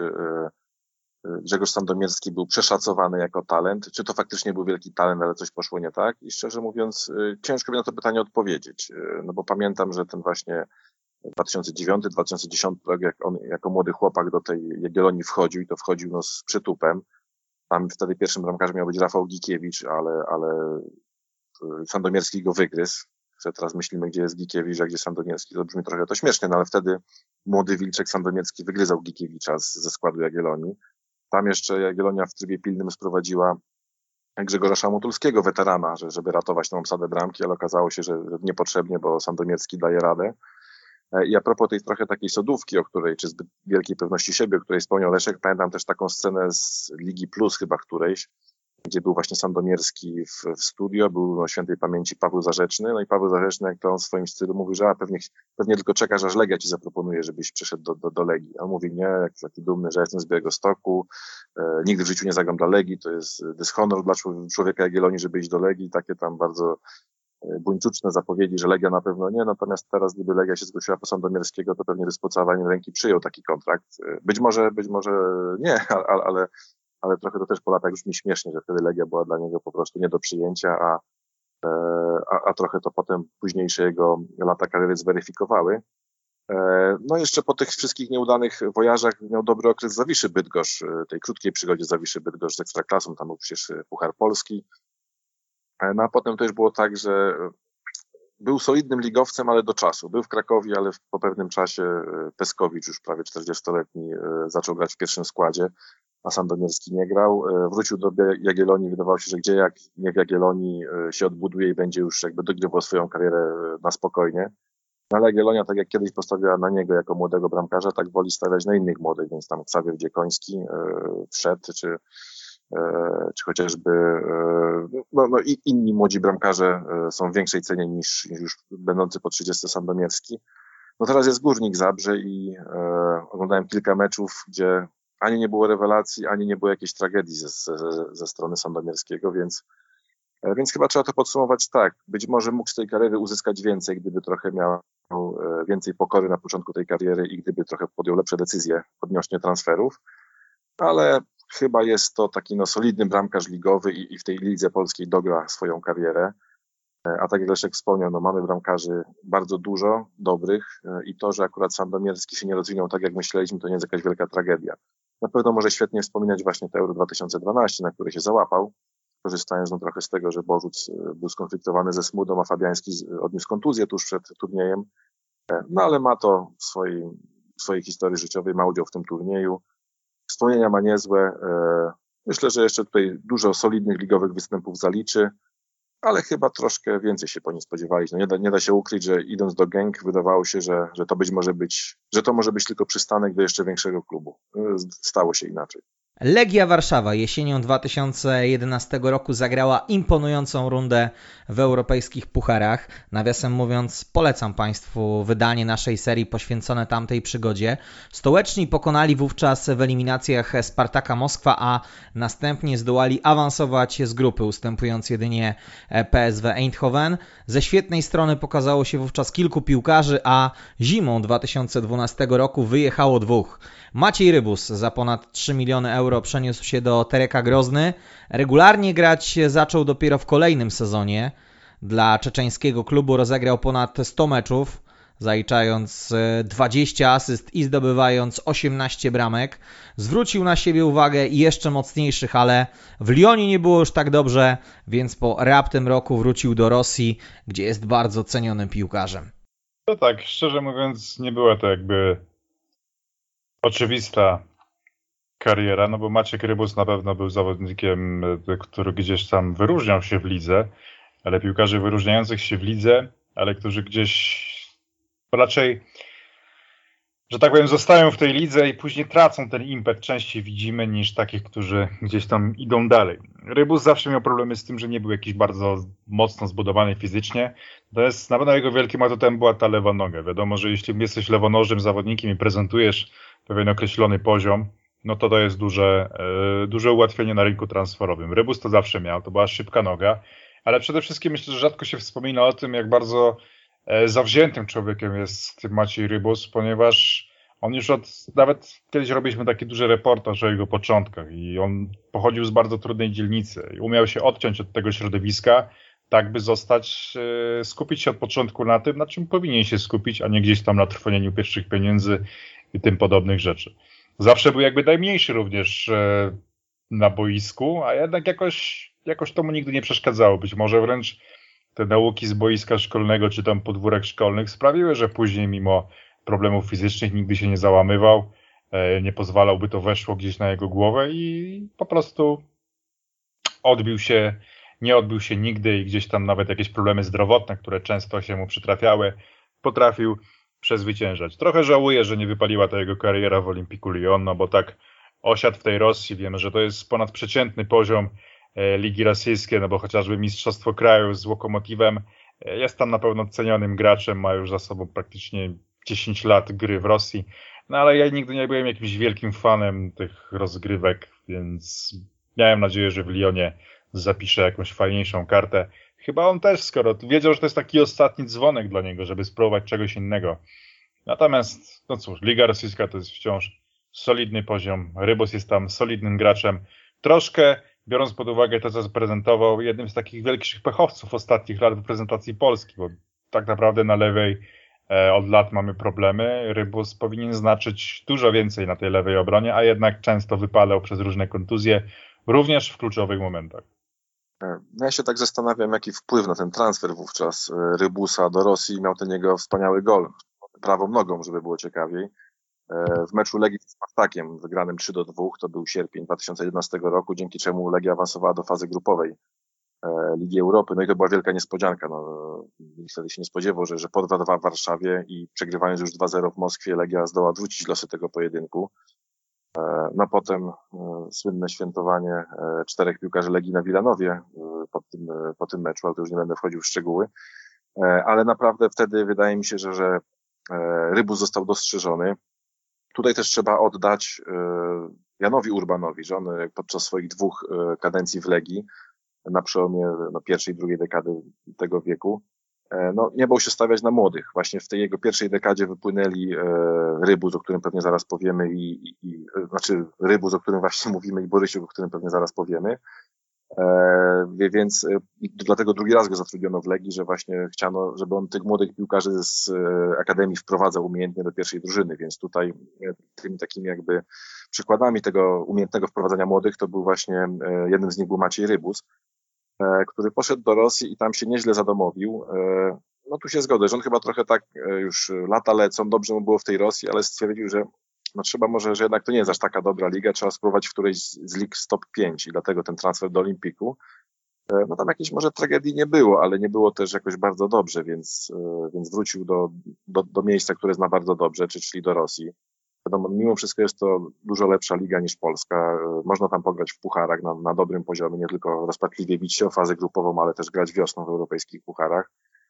Grzegorz Sandomierski był przeszacowany jako talent, czy to faktycznie był wielki talent, ale coś poszło nie tak? I szczerze mówiąc, ciężko mi na to pytanie odpowiedzieć, no bo pamiętam, że ten właśnie dwa tysiące dziewiąty dwa tysiące dziesiąty rok, jak on jako młody chłopak do tej Jagiellonii wchodził i to wchodził no, z przytupem. Tam wtedy pierwszym bramkarzem miał być Rafał Gikiewicz, ale, ale Sandomierski go wygryzł. Że teraz myślimy, gdzie jest Gikiewicz, a gdzie Sandomierski. To brzmi trochę to śmiesznie, no ale wtedy młody Wilczek Sandomierski wygryzał Gikiewicza z, ze składu Jagiellonii. Tam jeszcze Jagiellonia w trybie pilnym sprowadziła Grzegorza Szamotulskiego, weterana, że, żeby ratować tą obsadę bramki, ale okazało się, że niepotrzebnie, bo Sandomierski daje radę. I a propos tej trochę takiej sodówki, o której, czy zbyt wielkiej pewności siebie, o której wspomniał Leszek, pamiętam też taką scenę z Ligi Plus chyba którejś, gdzie był właśnie Sandomierski w, w studio, był no, świętej pamięci Paweł Zarzeczny, no i Paweł Zarzeczny, jak to on w swoim stylu mówi, że a, pewnie, pewnie tylko czekasz, aż Legia ci zaproponuje, żebyś przyszedł do, do, do Legii. A on mówi, nie, jak taki dumny, że jestem z Białegostoku, e, nigdy w życiu nie zagram dla Legii, to jest dyshonor dla człowieka Jagiellonii, żeby iść do Legii, takie tam bardzo buńczuczne zapowiedzi, że Legia na pewno nie, natomiast teraz gdyby Legia się zgłosiła po Sandomierskiego, to pewnie by z pocałowaniem ręki przyjął taki kontrakt. Być może, być może nie, ale, ale ale trochę to też po latach już mi śmiesznie, że wtedy Legia była dla niego po prostu nie do przyjęcia, a, a, a trochę to potem późniejsze jego lata kariery zweryfikowały. No jeszcze po tych wszystkich nieudanych wojażach miał dobry okres w Zawiszy Bydgoszcz, tej krótkiej przygodzie Zawiszy Bydgoszcz z Ekstraklasą, tam był przecież Puchar Polski. No a potem to już było tak, że był solidnym ligowcem, ale do czasu. Był w Krakowie, ale po pewnym czasie Peskowicz, już prawie czterdziestoletni, zaczął grać w pierwszym składzie, a Sandomierski nie grał. Wrócił do Jagiellonii, wydawało się, że gdzie jak nie w Jagiellonii się odbuduje i będzie już jakby dogrywał swoją karierę na spokojnie. No ale Jagiellonia, tak jak kiedyś postawiła na niego jako młodego bramkarza, tak woli stawiać na innych młodych, więc tam Ksawier Dziekoński wszedł, czy czy chociażby no, no i inni młodzi bramkarze są w większej cenie niż, niż już będący po trzydziestce Sandomierski. No teraz jest Górnik Zabrze i e, oglądałem kilka meczów, gdzie ani nie było rewelacji, ani nie było jakiejś tragedii ze, ze, ze strony Sandomierskiego, więc, e, więc chyba trzeba to podsumować tak. Być może mógł z tej kariery uzyskać więcej, gdyby trochę miał e, więcej pokory na początku tej kariery i gdyby trochę podjął lepsze decyzje odnośnie transferów, ale chyba jest to taki no, solidny bramkarz ligowy i, i w tej lidze polskiej dogra swoją karierę. A tak jak Leszek wspomniał, no, mamy bramkarzy bardzo dużo, dobrych i to, że akurat Sandomierski się nie rozwinął tak jak myśleliśmy, to nie jest jakaś wielka tragedia. Na pewno może świetnie wspominać właśnie te Euro dwa tysiące dwanaście, na które się załapał, korzystając no, trochę z tego, że Bożuc był skonfliktowany ze Smudą, a Fabiański odniósł kontuzję tuż przed turniejem. No ale ma to w swojej, w swojej historii życiowej, ma udział w tym turnieju. Wspomnienia ma niezłe. Myślę, że jeszcze tutaj dużo solidnych ligowych występów zaliczy, ale chyba troszkę więcej się po nim spodziewali. No nie, da, nie da się ukryć, że idąc do Genk wydawało się, że, że to być może być, że to może być tylko przystanek do jeszcze większego klubu. Stało się inaczej. Legia Warszawa jesienią dwa tysiące jedenastego roku zagrała imponującą rundę w europejskich pucharach. Nawiasem mówiąc, polecam Państwu wydanie naszej serii poświęcone tamtej przygodzie. Stołeczni pokonali wówczas w eliminacjach Spartaka Moskwa, a następnie zdołali awansować z grupy, ustępując jedynie P S W Eindhoven. Ze świetnej strony pokazało się wówczas kilku piłkarzy, a zimą dwa tysiące dwunastego roku wyjechało dwóch. Maciej Rybus za ponad trzy miliony euro przeniósł się do Tereka Grozny. Regularnie grać zaczął dopiero w kolejnym sezonie. Dla czeczeńskiego klubu rozegrał ponad sto meczów, zaliczając dwadzieścia asyst i zdobywając osiemnaście bramek. Zwrócił na siebie uwagę jeszcze mocniejszych, ale w Lyonie nie było już tak dobrze, więc po raptem roku wrócił do Rosji, gdzie jest bardzo cenionym piłkarzem. To tak, szczerze mówiąc, nie była to jakby oczywista kariera, no bo Maciek Rybus na pewno był zawodnikiem, który gdzieś tam wyróżniał się w lidze, ale piłkarzy wyróżniających się w lidze, ale którzy gdzieś raczej, że tak powiem, zostają w tej lidze i później tracą ten impet, częściej widzimy niż takich, którzy gdzieś tam idą dalej. Rybus zawsze miał problemy z tym, że nie był jakiś bardzo mocno zbudowany fizycznie. To jest na pewno jego wielkim atutem była ta lewa noga. Wiadomo, że jeśli jesteś lewonożnym zawodnikiem i prezentujesz pewien określony poziom, no to to jest duże, yy, duże ułatwienie na rynku transferowym. Rybus to zawsze miał, to była szybka noga, ale przede wszystkim myślę, że rzadko się wspomina o tym, jak bardzo e, zawziętym człowiekiem jest Maciej Rybus, ponieważ on już od, nawet kiedyś robiliśmy taki duży reportaż o jego początkach i on pochodził z bardzo trudnej dzielnicy i umiał się odciąć od tego środowiska, tak by zostać, e, skupić się od początku na tym, na czym powinien się skupić, a nie gdzieś tam na trwonieniu pierwszych pieniędzy i tym podobnych rzeczy. Zawsze był jakby najmniejszy również e, na boisku, a jednak jakoś, jakoś to mu nigdy nie przeszkadzało. Być może wręcz te nauki z boiska szkolnego czy tam podwórek szkolnych sprawiły, że później mimo problemów fizycznych nigdy się nie załamywał, e, nie pozwalał, by to weszło gdzieś na jego głowę i po prostu odbił się, nie odbił się nigdy i gdzieś tam nawet jakieś problemy zdrowotne, które często się mu przytrafiały, potrafił przezwyciężać. Trochę żałuję, że nie wypaliła ta jego kariera w Olimpiku Lyon, no bo tak osiadł w tej Rosji, wiemy, że to jest ponadprzeciętny poziom e, Ligi Rosyjskiej, no bo chociażby Mistrzostwo Kraju z Łokomotywem e, jest tam na pewno cenionym graczem, ma już za sobą praktycznie dziesięć lat gry w Rosji, no ale ja nigdy nie byłem jakimś wielkim fanem tych rozgrywek, więc miałem nadzieję, że w Lyonie zapisze jakąś fajniejszą kartę. Chyba on też, skoro wiedział, że to jest taki ostatni dzwonek dla niego, żeby spróbować czegoś innego. Natomiast, no cóż, Liga Rosyjska to jest wciąż solidny poziom. Rybus jest tam solidnym graczem. Troszkę, biorąc pod uwagę to, co zaprezentował, jednym z takich wielkich pechowców ostatnich lat w reprezentacji Polski, bo tak naprawdę na lewej e, od lat mamy problemy. Rybus powinien znaczyć dużo więcej na tej lewej obronie, a jednak często wypalał przez różne kontuzje, również w kluczowych momentach. No ja się tak zastanawiam, jaki wpływ na ten transfer wówczas Rybusa do Rosji miał ten jego wspaniały gol prawą nogą, żeby było ciekawiej. W meczu Legii z Spartakiem wygranym trzy do dwóch, to był sierpień dwa tysiące jedenastego roku, dzięki czemu Legia awansowała do fazy grupowej Ligi Europy. No i to była wielka niespodzianka. No, nikt wtedy się nie spodziewał, że, że po dwa dwa w Warszawie i przegrywając już dwa zero w Moskwie, Legia zdoła odwrócić losy tego pojedynku. No potem słynne świętowanie czterech piłkarzy Legii na Wilanowie po tym, po tym meczu, ale to już nie będę wchodził w szczegóły. Ale naprawdę wtedy wydaje mi się, że, że Rybus został dostrzeżony. Tutaj też trzeba oddać Janowi Urbanowi, że on podczas swoich dwóch kadencji w Legii na przełomie no, pierwszej i drugiej dekady tego wieku no, nie bał się stawiać na młodych. Właśnie w tej jego pierwszej dekadzie wypłynęli e, Rybus, o którym pewnie zaraz powiemy, i, i, i znaczy Rybus, o którym właśnie mówimy, i Borysiuk, o którym pewnie zaraz powiemy. E, więc e, dlatego drugi raz go zatrudniono w Legii, że właśnie chciano, żeby on tych młodych piłkarzy z e, Akademii wprowadzał umiejętnie do pierwszej drużyny, więc tutaj e, tymi takimi jakby przykładami tego umiejętnego wprowadzania młodych to był właśnie, e, jednym z nich był Maciej Rybus, który poszedł do Rosji i tam się nieźle zadomowił. No tu się zgodzę, że on chyba trochę tak już lata lecą, dobrze mu było w tej Rosji, ale stwierdził, że no trzeba może, że jednak to nie jest aż taka dobra liga, trzeba spróbować w którejś z lig z top pięć i dlatego ten transfer do Olimpiku. No tam jakiejś może tragedii nie było, ale nie było też jakoś bardzo dobrze, więc, więc wrócił do, do, do miejsca, które zna bardzo dobrze, czyli do Rosji. Wiadomo, mimo wszystko jest to dużo lepsza liga niż Polska. Można tam pograć w pucharach na, na dobrym poziomie, nie tylko rozpaczliwie bić się o fazę grupową, ale też grać wiosną w europejskich pucharach.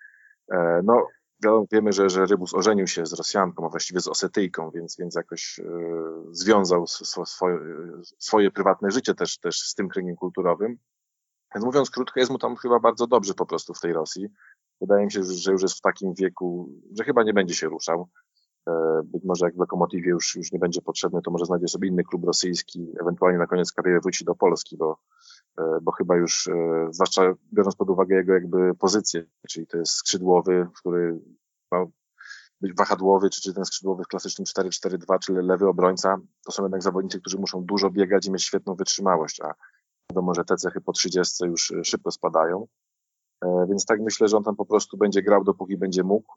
No, wiemy, że, że Rybus ożenił się z Rosjanką, a właściwie z Osetyjką, więc, więc jakoś e, związał swoje, swoje prywatne życie też, też z tym kręgiem kulturowym. Więc mówiąc krótko, jest mu tam chyba bardzo dobrze po prostu w tej Rosji. Wydaje mi się, że już jest w takim wieku, że chyba nie będzie się ruszał. Być może jak w Lokomotywie już, już nie będzie potrzebny, to może znajdzie sobie inny klub rosyjski, ewentualnie na koniec kariery wróci do Polski, bo, bo chyba już, zwłaszcza biorąc pod uwagę jego jakby pozycję, czyli to jest skrzydłowy, który ma być wahadłowy, czy, czy ten skrzydłowy w klasycznym cztery cztery dwa, czy lewy obrońca, to są jednak zawodnicy, którzy muszą dużo biegać i mieć świetną wytrzymałość, a wiadomo, że te cechy po trzydziestce już szybko spadają. Więc tak myślę, że on tam po prostu będzie grał, dopóki będzie mógł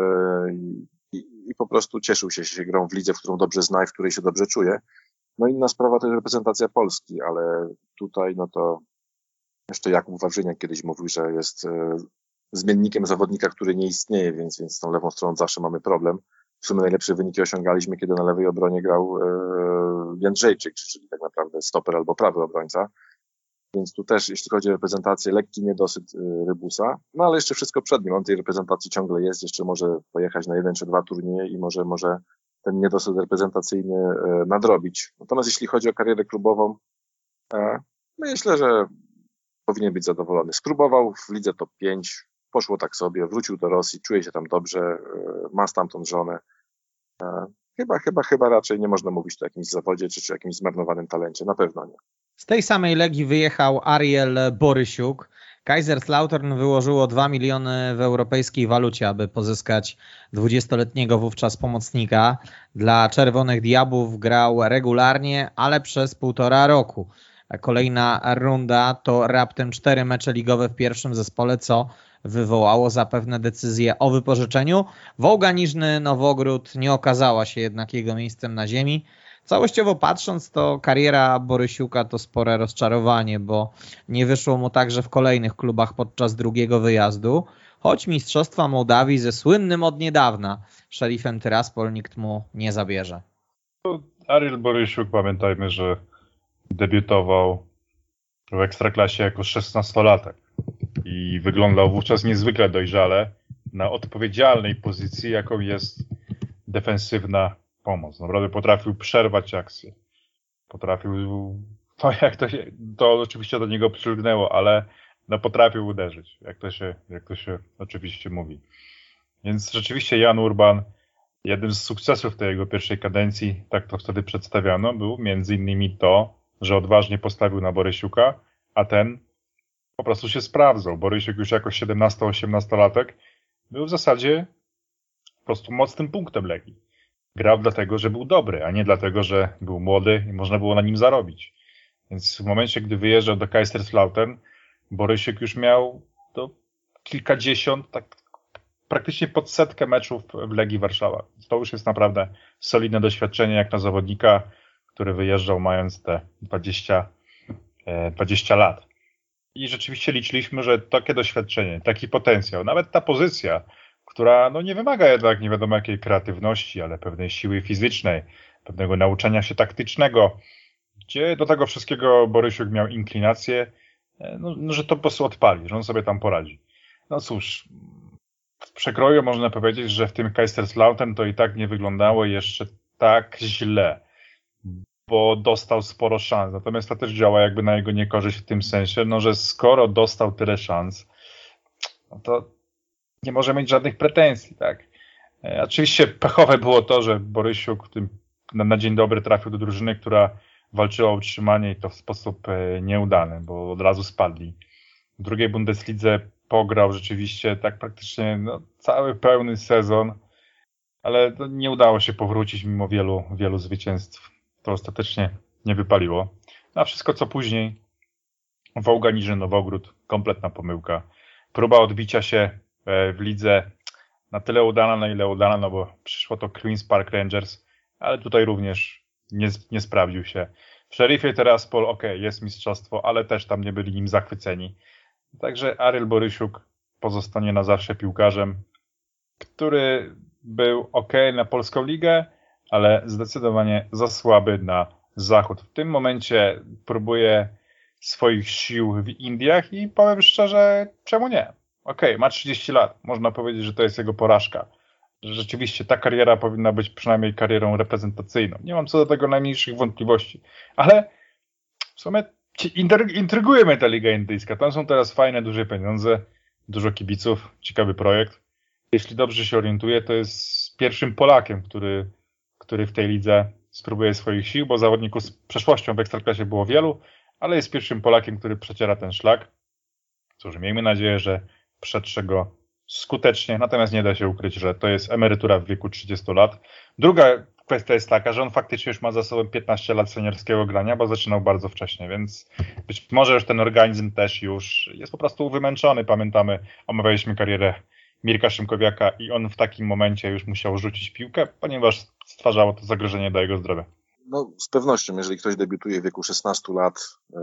i, i, i po prostu cieszył się, się grą w lidze, w którą dobrze zna i w której się dobrze czuje. No inna sprawa to jest reprezentacja Polski, ale tutaj no to jeszcze Jakub Wawrzyniak kiedyś mówił, że jest zmiennikiem zawodnika, który nie istnieje, więc, więc z tą lewą stroną zawsze mamy problem. W sumie najlepsze wyniki osiągaliśmy, kiedy na lewej obronie grał Jędrzejczyk, czyli tak naprawdę stoper albo prawy obrońca. Więc tu też, jeśli chodzi o reprezentację, lekki niedosyt Rybusa, no ale jeszcze wszystko przed nim. On tej reprezentacji ciągle jest, jeszcze może pojechać na jeden czy dwa turnieje i może, może ten niedosyt reprezentacyjny nadrobić. Natomiast jeśli chodzi o karierę klubową, myślę, że powinien być zadowolony. Spróbował w lidze top pięć, poszło tak sobie, wrócił do Rosji, czuje się tam dobrze, ma stamtąd żonę. Chyba, chyba, chyba raczej nie można mówić tu o jakimś zawodzie czy, czy jakimś zmarnowanym talencie, na pewno nie. Z tej samej Legii wyjechał Ariel Borysiuk. Kaiserslautern wyłożyło dwa miliony w europejskiej walucie, aby pozyskać dwudziestoletniego wówczas pomocnika. Dla Czerwonych Diabłów grał regularnie, ale przez półtora roku. Kolejna runda to raptem cztery mecze ligowe w pierwszym zespole, co wywołało zapewne decyzję o wypożyczeniu. Wołga Niżny Nowogród nie okazała się jednak jego miejscem na ziemi. Całościowo patrząc, to kariera Borysiuka to spore rozczarowanie, bo nie wyszło mu także w kolejnych klubach podczas drugiego wyjazdu, choć Mistrzostwa Mołdawii ze słynnym od niedawna Szerifem Tyraspol nikt mu nie zabierze. Ariel Borysiuk, pamiętajmy, że debiutował w Ekstraklasie jako szesnastolatek i wyglądał wówczas niezwykle dojrzale na odpowiedzialnej pozycji, jaką jest defensywna pomoc. Naprawdę potrafił przerwać akcję. Potrafił, to jak to się, to oczywiście do niego przylgnęło, ale no potrafił uderzyć, jak to się, jak to się oczywiście mówi. Więc rzeczywiście Jan Urban, jednym z sukcesów tej jego pierwszej kadencji, tak to wtedy przedstawiano, był między innymi to, że odważnie postawił na Borysiuka, a ten po prostu się sprawdzał. Borysiuk już jako siedemnasto-osiemnastolatek był w zasadzie po prostu mocnym punktem Legii. Grał dlatego, że był dobry, a nie dlatego, że był młody i można było na nim zarobić. Więc w momencie, gdy wyjeżdżał do Kaiserslautern, Borysiuk już miał to kilkadziesiąt, tak praktycznie pod setkę meczów w Legii Warszawa. To już jest naprawdę solidne doświadczenie jak na zawodnika, który wyjeżdżał mając te dwadzieścia, dwadzieścia lat. I rzeczywiście liczyliśmy, że takie doświadczenie, taki potencjał, nawet ta pozycja, która no nie wymaga jednak nie wiadomo jakiej kreatywności, ale pewnej siły fizycznej, pewnego nauczania się taktycznego, gdzie do tego wszystkiego Borysiuk miał inklinację, no, no, że to po prostu odpali, że on sobie tam poradzi. No cóż, w przekroju można powiedzieć, że w tym Kaiserslautern to i tak nie wyglądało jeszcze tak źle, bo dostał sporo szans. Natomiast to też działa jakby na jego niekorzyść w tym sensie, no, że skoro dostał tyle szans, no to nie może mieć żadnych pretensji, tak? E, oczywiście pechowe było to, że Borysiuk tym, na, na dzień dobry trafił do drużyny, która walczyła o utrzymanie i to w sposób e, nieudany, bo od razu spadli. W drugiej Bundeslidze pograł rzeczywiście tak praktycznie no, cały pełny sezon, ale to nie udało się powrócić mimo wielu, wielu zwycięstw. To ostatecznie nie wypaliło. A wszystko co później, Wołga Niżyn Nowogród, kompletna pomyłka. Próba odbicia się w lidze na tyle udana, na ile udana, no bo przyszło to Queen's Park Rangers, ale tutaj również nie, nie sprawdził się. W Sheriffie Tiraspol, ok, jest mistrzostwo, ale też tam nie byli nim zachwyceni. Także Aryl Borysiuk pozostanie na zawsze piłkarzem, który był ok na polską ligę, ale zdecydowanie za słaby na zachód. W tym momencie próbuje swoich sił w Indiach i powiem szczerze, czemu nie? Okej, okay, ma trzydzieści lat. Można powiedzieć, że to jest jego porażka. Że rzeczywiście ta kariera powinna być przynajmniej karierą reprezentacyjną. Nie mam co do tego najmniejszych wątpliwości. Ale w sumie intryguje mnie ta Liga Indyjska. Tam są teraz fajne, duże pieniądze, dużo kibiców, ciekawy projekt. Jeśli dobrze się orientuję, to jest pierwszym Polakiem, który, który w tej lidze spróbuje swoich sił, bo zawodników z przeszłością w Ekstraklasie było wielu, ale jest pierwszym Polakiem, który przeciera ten szlak. Cóż, miejmy nadzieję, że przetrze go skutecznie, natomiast nie da się ukryć, że to jest emerytura w wieku trzydziestu lat. Druga kwestia jest taka, że on faktycznie już ma za sobą piętnaście lat seniorskiego grania, bo zaczynał bardzo wcześnie, więc być może już ten organizm też już jest po prostu wymęczony. Pamiętamy, omawialiśmy karierę Mirka Szymkowiaka i on w takim momencie już musiał rzucić piłkę, ponieważ stwarzało to zagrożenie dla jego zdrowia. No, z pewnością, jeżeli ktoś debiutuje w wieku szesnastu lat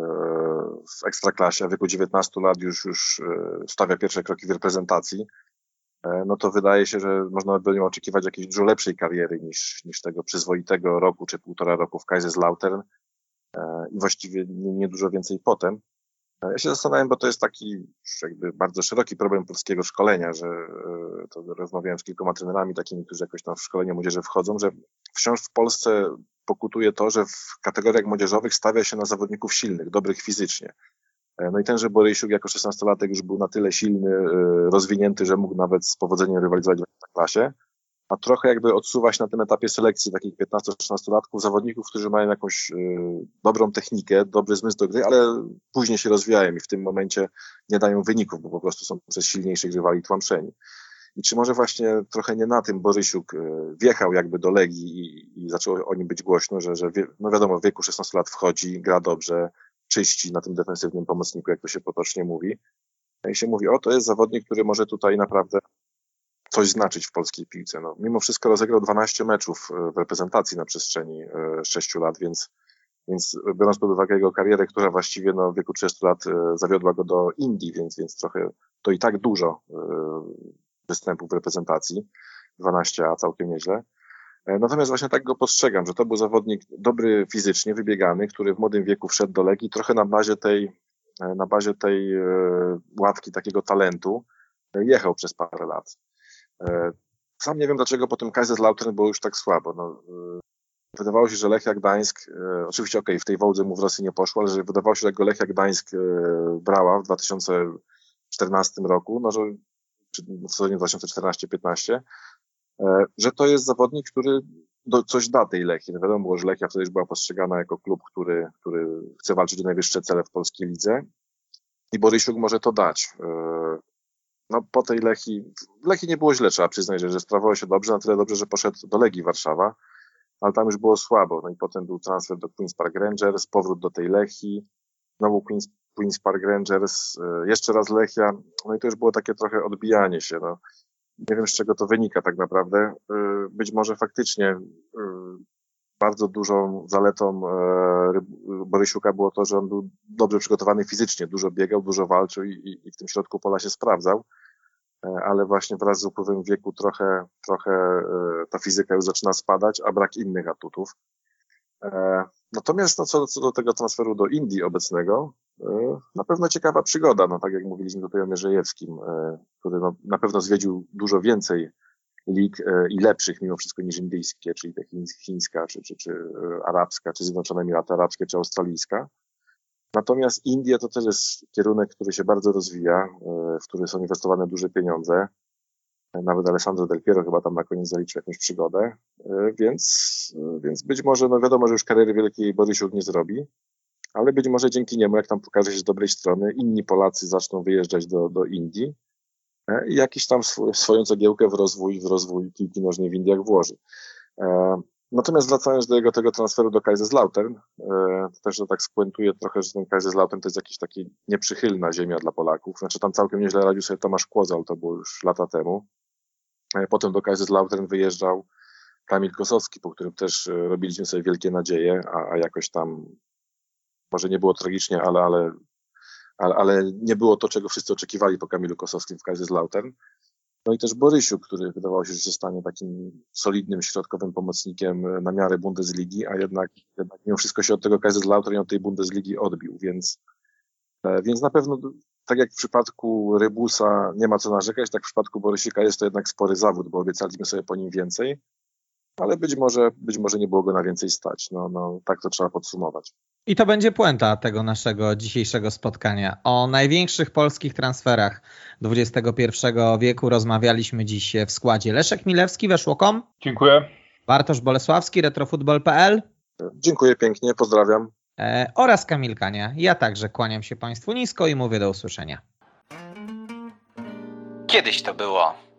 w Ekstraklasie, a w wieku dziewiętnastu lat już, już stawia pierwsze kroki w reprezentacji, no to wydaje się, że można by nią oczekiwać jakiejś dużo lepszej kariery niż, niż tego przyzwoitego roku czy półtora roku w Kaiserslautern i właściwie nie, nie dużo więcej potem. Ja się zastanawiam, bo to jest taki jakby bardzo szeroki problem polskiego szkolenia, że to rozmawiałem z kilkoma trenerami takimi, którzy jakoś tam w szkolenie młodzieży wchodzą, że wciąż w Polsce pokutuje to, że w kategoriach młodzieżowych stawia się na zawodników silnych, dobrych fizycznie. No i tenże Borysiuk jako szesnastolatek już był na tyle silny, rozwinięty, że mógł nawet z powodzeniem rywalizować w klasie, a trochę jakby odsuwa się na tym etapie selekcji takich piętnasto-szesnastolatków zawodników, którzy mają jakąś y, dobrą technikę, dobry zmysł do gry, ale później się rozwijają i w tym momencie nie dają wyników, bo po prostu są przez silniejszych rywali tłamszeni. I czy może właśnie trochę nie na tym Borysiuk y, wjechał jakby do Legii i, i zaczęło o nim być głośno, że, że wie, no wiadomo, w wieku szesnastu lat wchodzi, gra dobrze, czyści na tym defensywnym pomocniku, jak to się potocznie mówi. I się mówi, o to jest zawodnik, który może tutaj naprawdę coś znaczyć w polskiej piłce. No, mimo wszystko rozegrał dwanaście meczów w reprezentacji na przestrzeni sześciu lat, więc, więc biorąc pod uwagę jego karierę, która właściwie no, w wieku trzydziestu lat zawiodła go do Indii, więc, więc trochę to i tak dużo występów w reprezentacji. dwanaście, a całkiem nieźle. Natomiast właśnie tak go postrzegam, że to był zawodnik dobry fizycznie, wybiegany, który w młodym wieku wszedł do Legii trochę na bazie tej, na bazie tej łatki takiego talentu. Jechał przez parę lat. Sam nie wiem, dlaczego potem Kaiserslautern było już tak słabo. No, wydawało się, że Lechia Gdańsk, oczywiście okej, okay, w tej Wołdze mu w Rosji nie poszło, ale że wydawało się, że go Lechia Gdańsk brała w dwa tysiące czternastym roku, no, że w sezonie dwa tysiące czternastym piętnastym, że to jest zawodnik, który do, coś da tej Lechii. No wiadomo było, że Lechia wtedy już była postrzegana jako klub, który, który chce walczyć o najwyższe cele w polskiej lidze i Borysiuk może to dać. No po tej Lechii, w Lechii nie było źle, trzeba przyznać, że, że sprawowało się dobrze, na tyle dobrze, że poszedł do Legii Warszawa, ale tam już było słabo. No i potem był transfer do Queen's Park Rangers, powrót do tej Lechii, znowu Queen's Queen's Park Rangers, jeszcze raz Lechia, no i to już było takie trochę odbijanie się, no. Nie wiem, z czego to wynika tak naprawdę. Być może faktycznie bardzo dużą zaletą Borysiuka było to, że on był dobrze przygotowany fizycznie, dużo biegał, dużo walczył i, i w tym środku pola się sprawdzał, ale właśnie wraz z upływem wieku trochę, trochę ta fizyka już zaczyna spadać, a brak innych atutów. Natomiast no, co, co do tego transferu do Indii obecnego, na pewno ciekawa przygoda, no tak jak mówiliśmy tutaj o Mierzejewskim, który no, na pewno zwiedził dużo więcej lig i lepszych mimo wszystko niż indyjskie, czyli te chińska, czy, czy, czy arabska, czy Zjednoczone Emiraty Arabskie, czy australijska. Natomiast Indie to też jest kierunek, który się bardzo rozwija, w który są inwestowane duże pieniądze. Nawet Alessandro Del Piero chyba tam na koniec zaliczył jakąś przygodę, więc, więc być może, no wiadomo, że już kariery wielkiej Borysiuk nie zrobi, ale być może dzięki niemu, jak tam pokaże się z dobrej strony, inni Polacy zaczną wyjeżdżać do, do Indii i jakiś tam sw- swoją cegiełkę w rozwój, w rozwój piłki nożnej w Indiach włoży. Natomiast wracając do jego tego transferu do Kaiserslautern, to też to tak spuentuję trochę, że ten Kaiserslautern to jest jakaś taka nieprzychylna ziemia dla Polaków. Znaczy tam całkiem nieźle radził sobie Tomasz Kłozal, to było już lata temu. Potem do Kaiserslautern wyjeżdżał Kamil Kosowski, po którym też robiliśmy sobie wielkie nadzieje, a, a jakoś tam może nie było tragicznie, ale, ale, ale, ale nie było to, czego wszyscy oczekiwali po Kamilu Kosowskim w Kaiserslautern. No i też Borysiuk, który wydawało się, że się stanie takim solidnym środkowym pomocnikiem na miarę Bundesligi, a jednak, jednak mimo wszystko się od tego Kaiserslautern i od tej Bundesligi odbił, więc, więc na pewno tak jak w przypadku Rybusa nie ma co narzekać, tak w przypadku Borysiuka jest to jednak spory zawód, bo obiecaliśmy sobie po nim więcej, ale być może, być może nie było go na więcej stać. No, no, tak to trzeba podsumować. I to będzie puenta tego naszego dzisiejszego spotkania. O największych polskich transferach dwudziestego pierwszego wieku rozmawialiśmy dziś w składzie Leszek Milewski, Weszło kropka com, Dziękuję. Bartosz Bolesławski, retrofutbol kropka pe el Dziękuję pięknie, pozdrawiam. e, oraz Kamil Kania. Ja także kłaniam się Państwu nisko i mówię do usłyszenia. Kiedyś to było.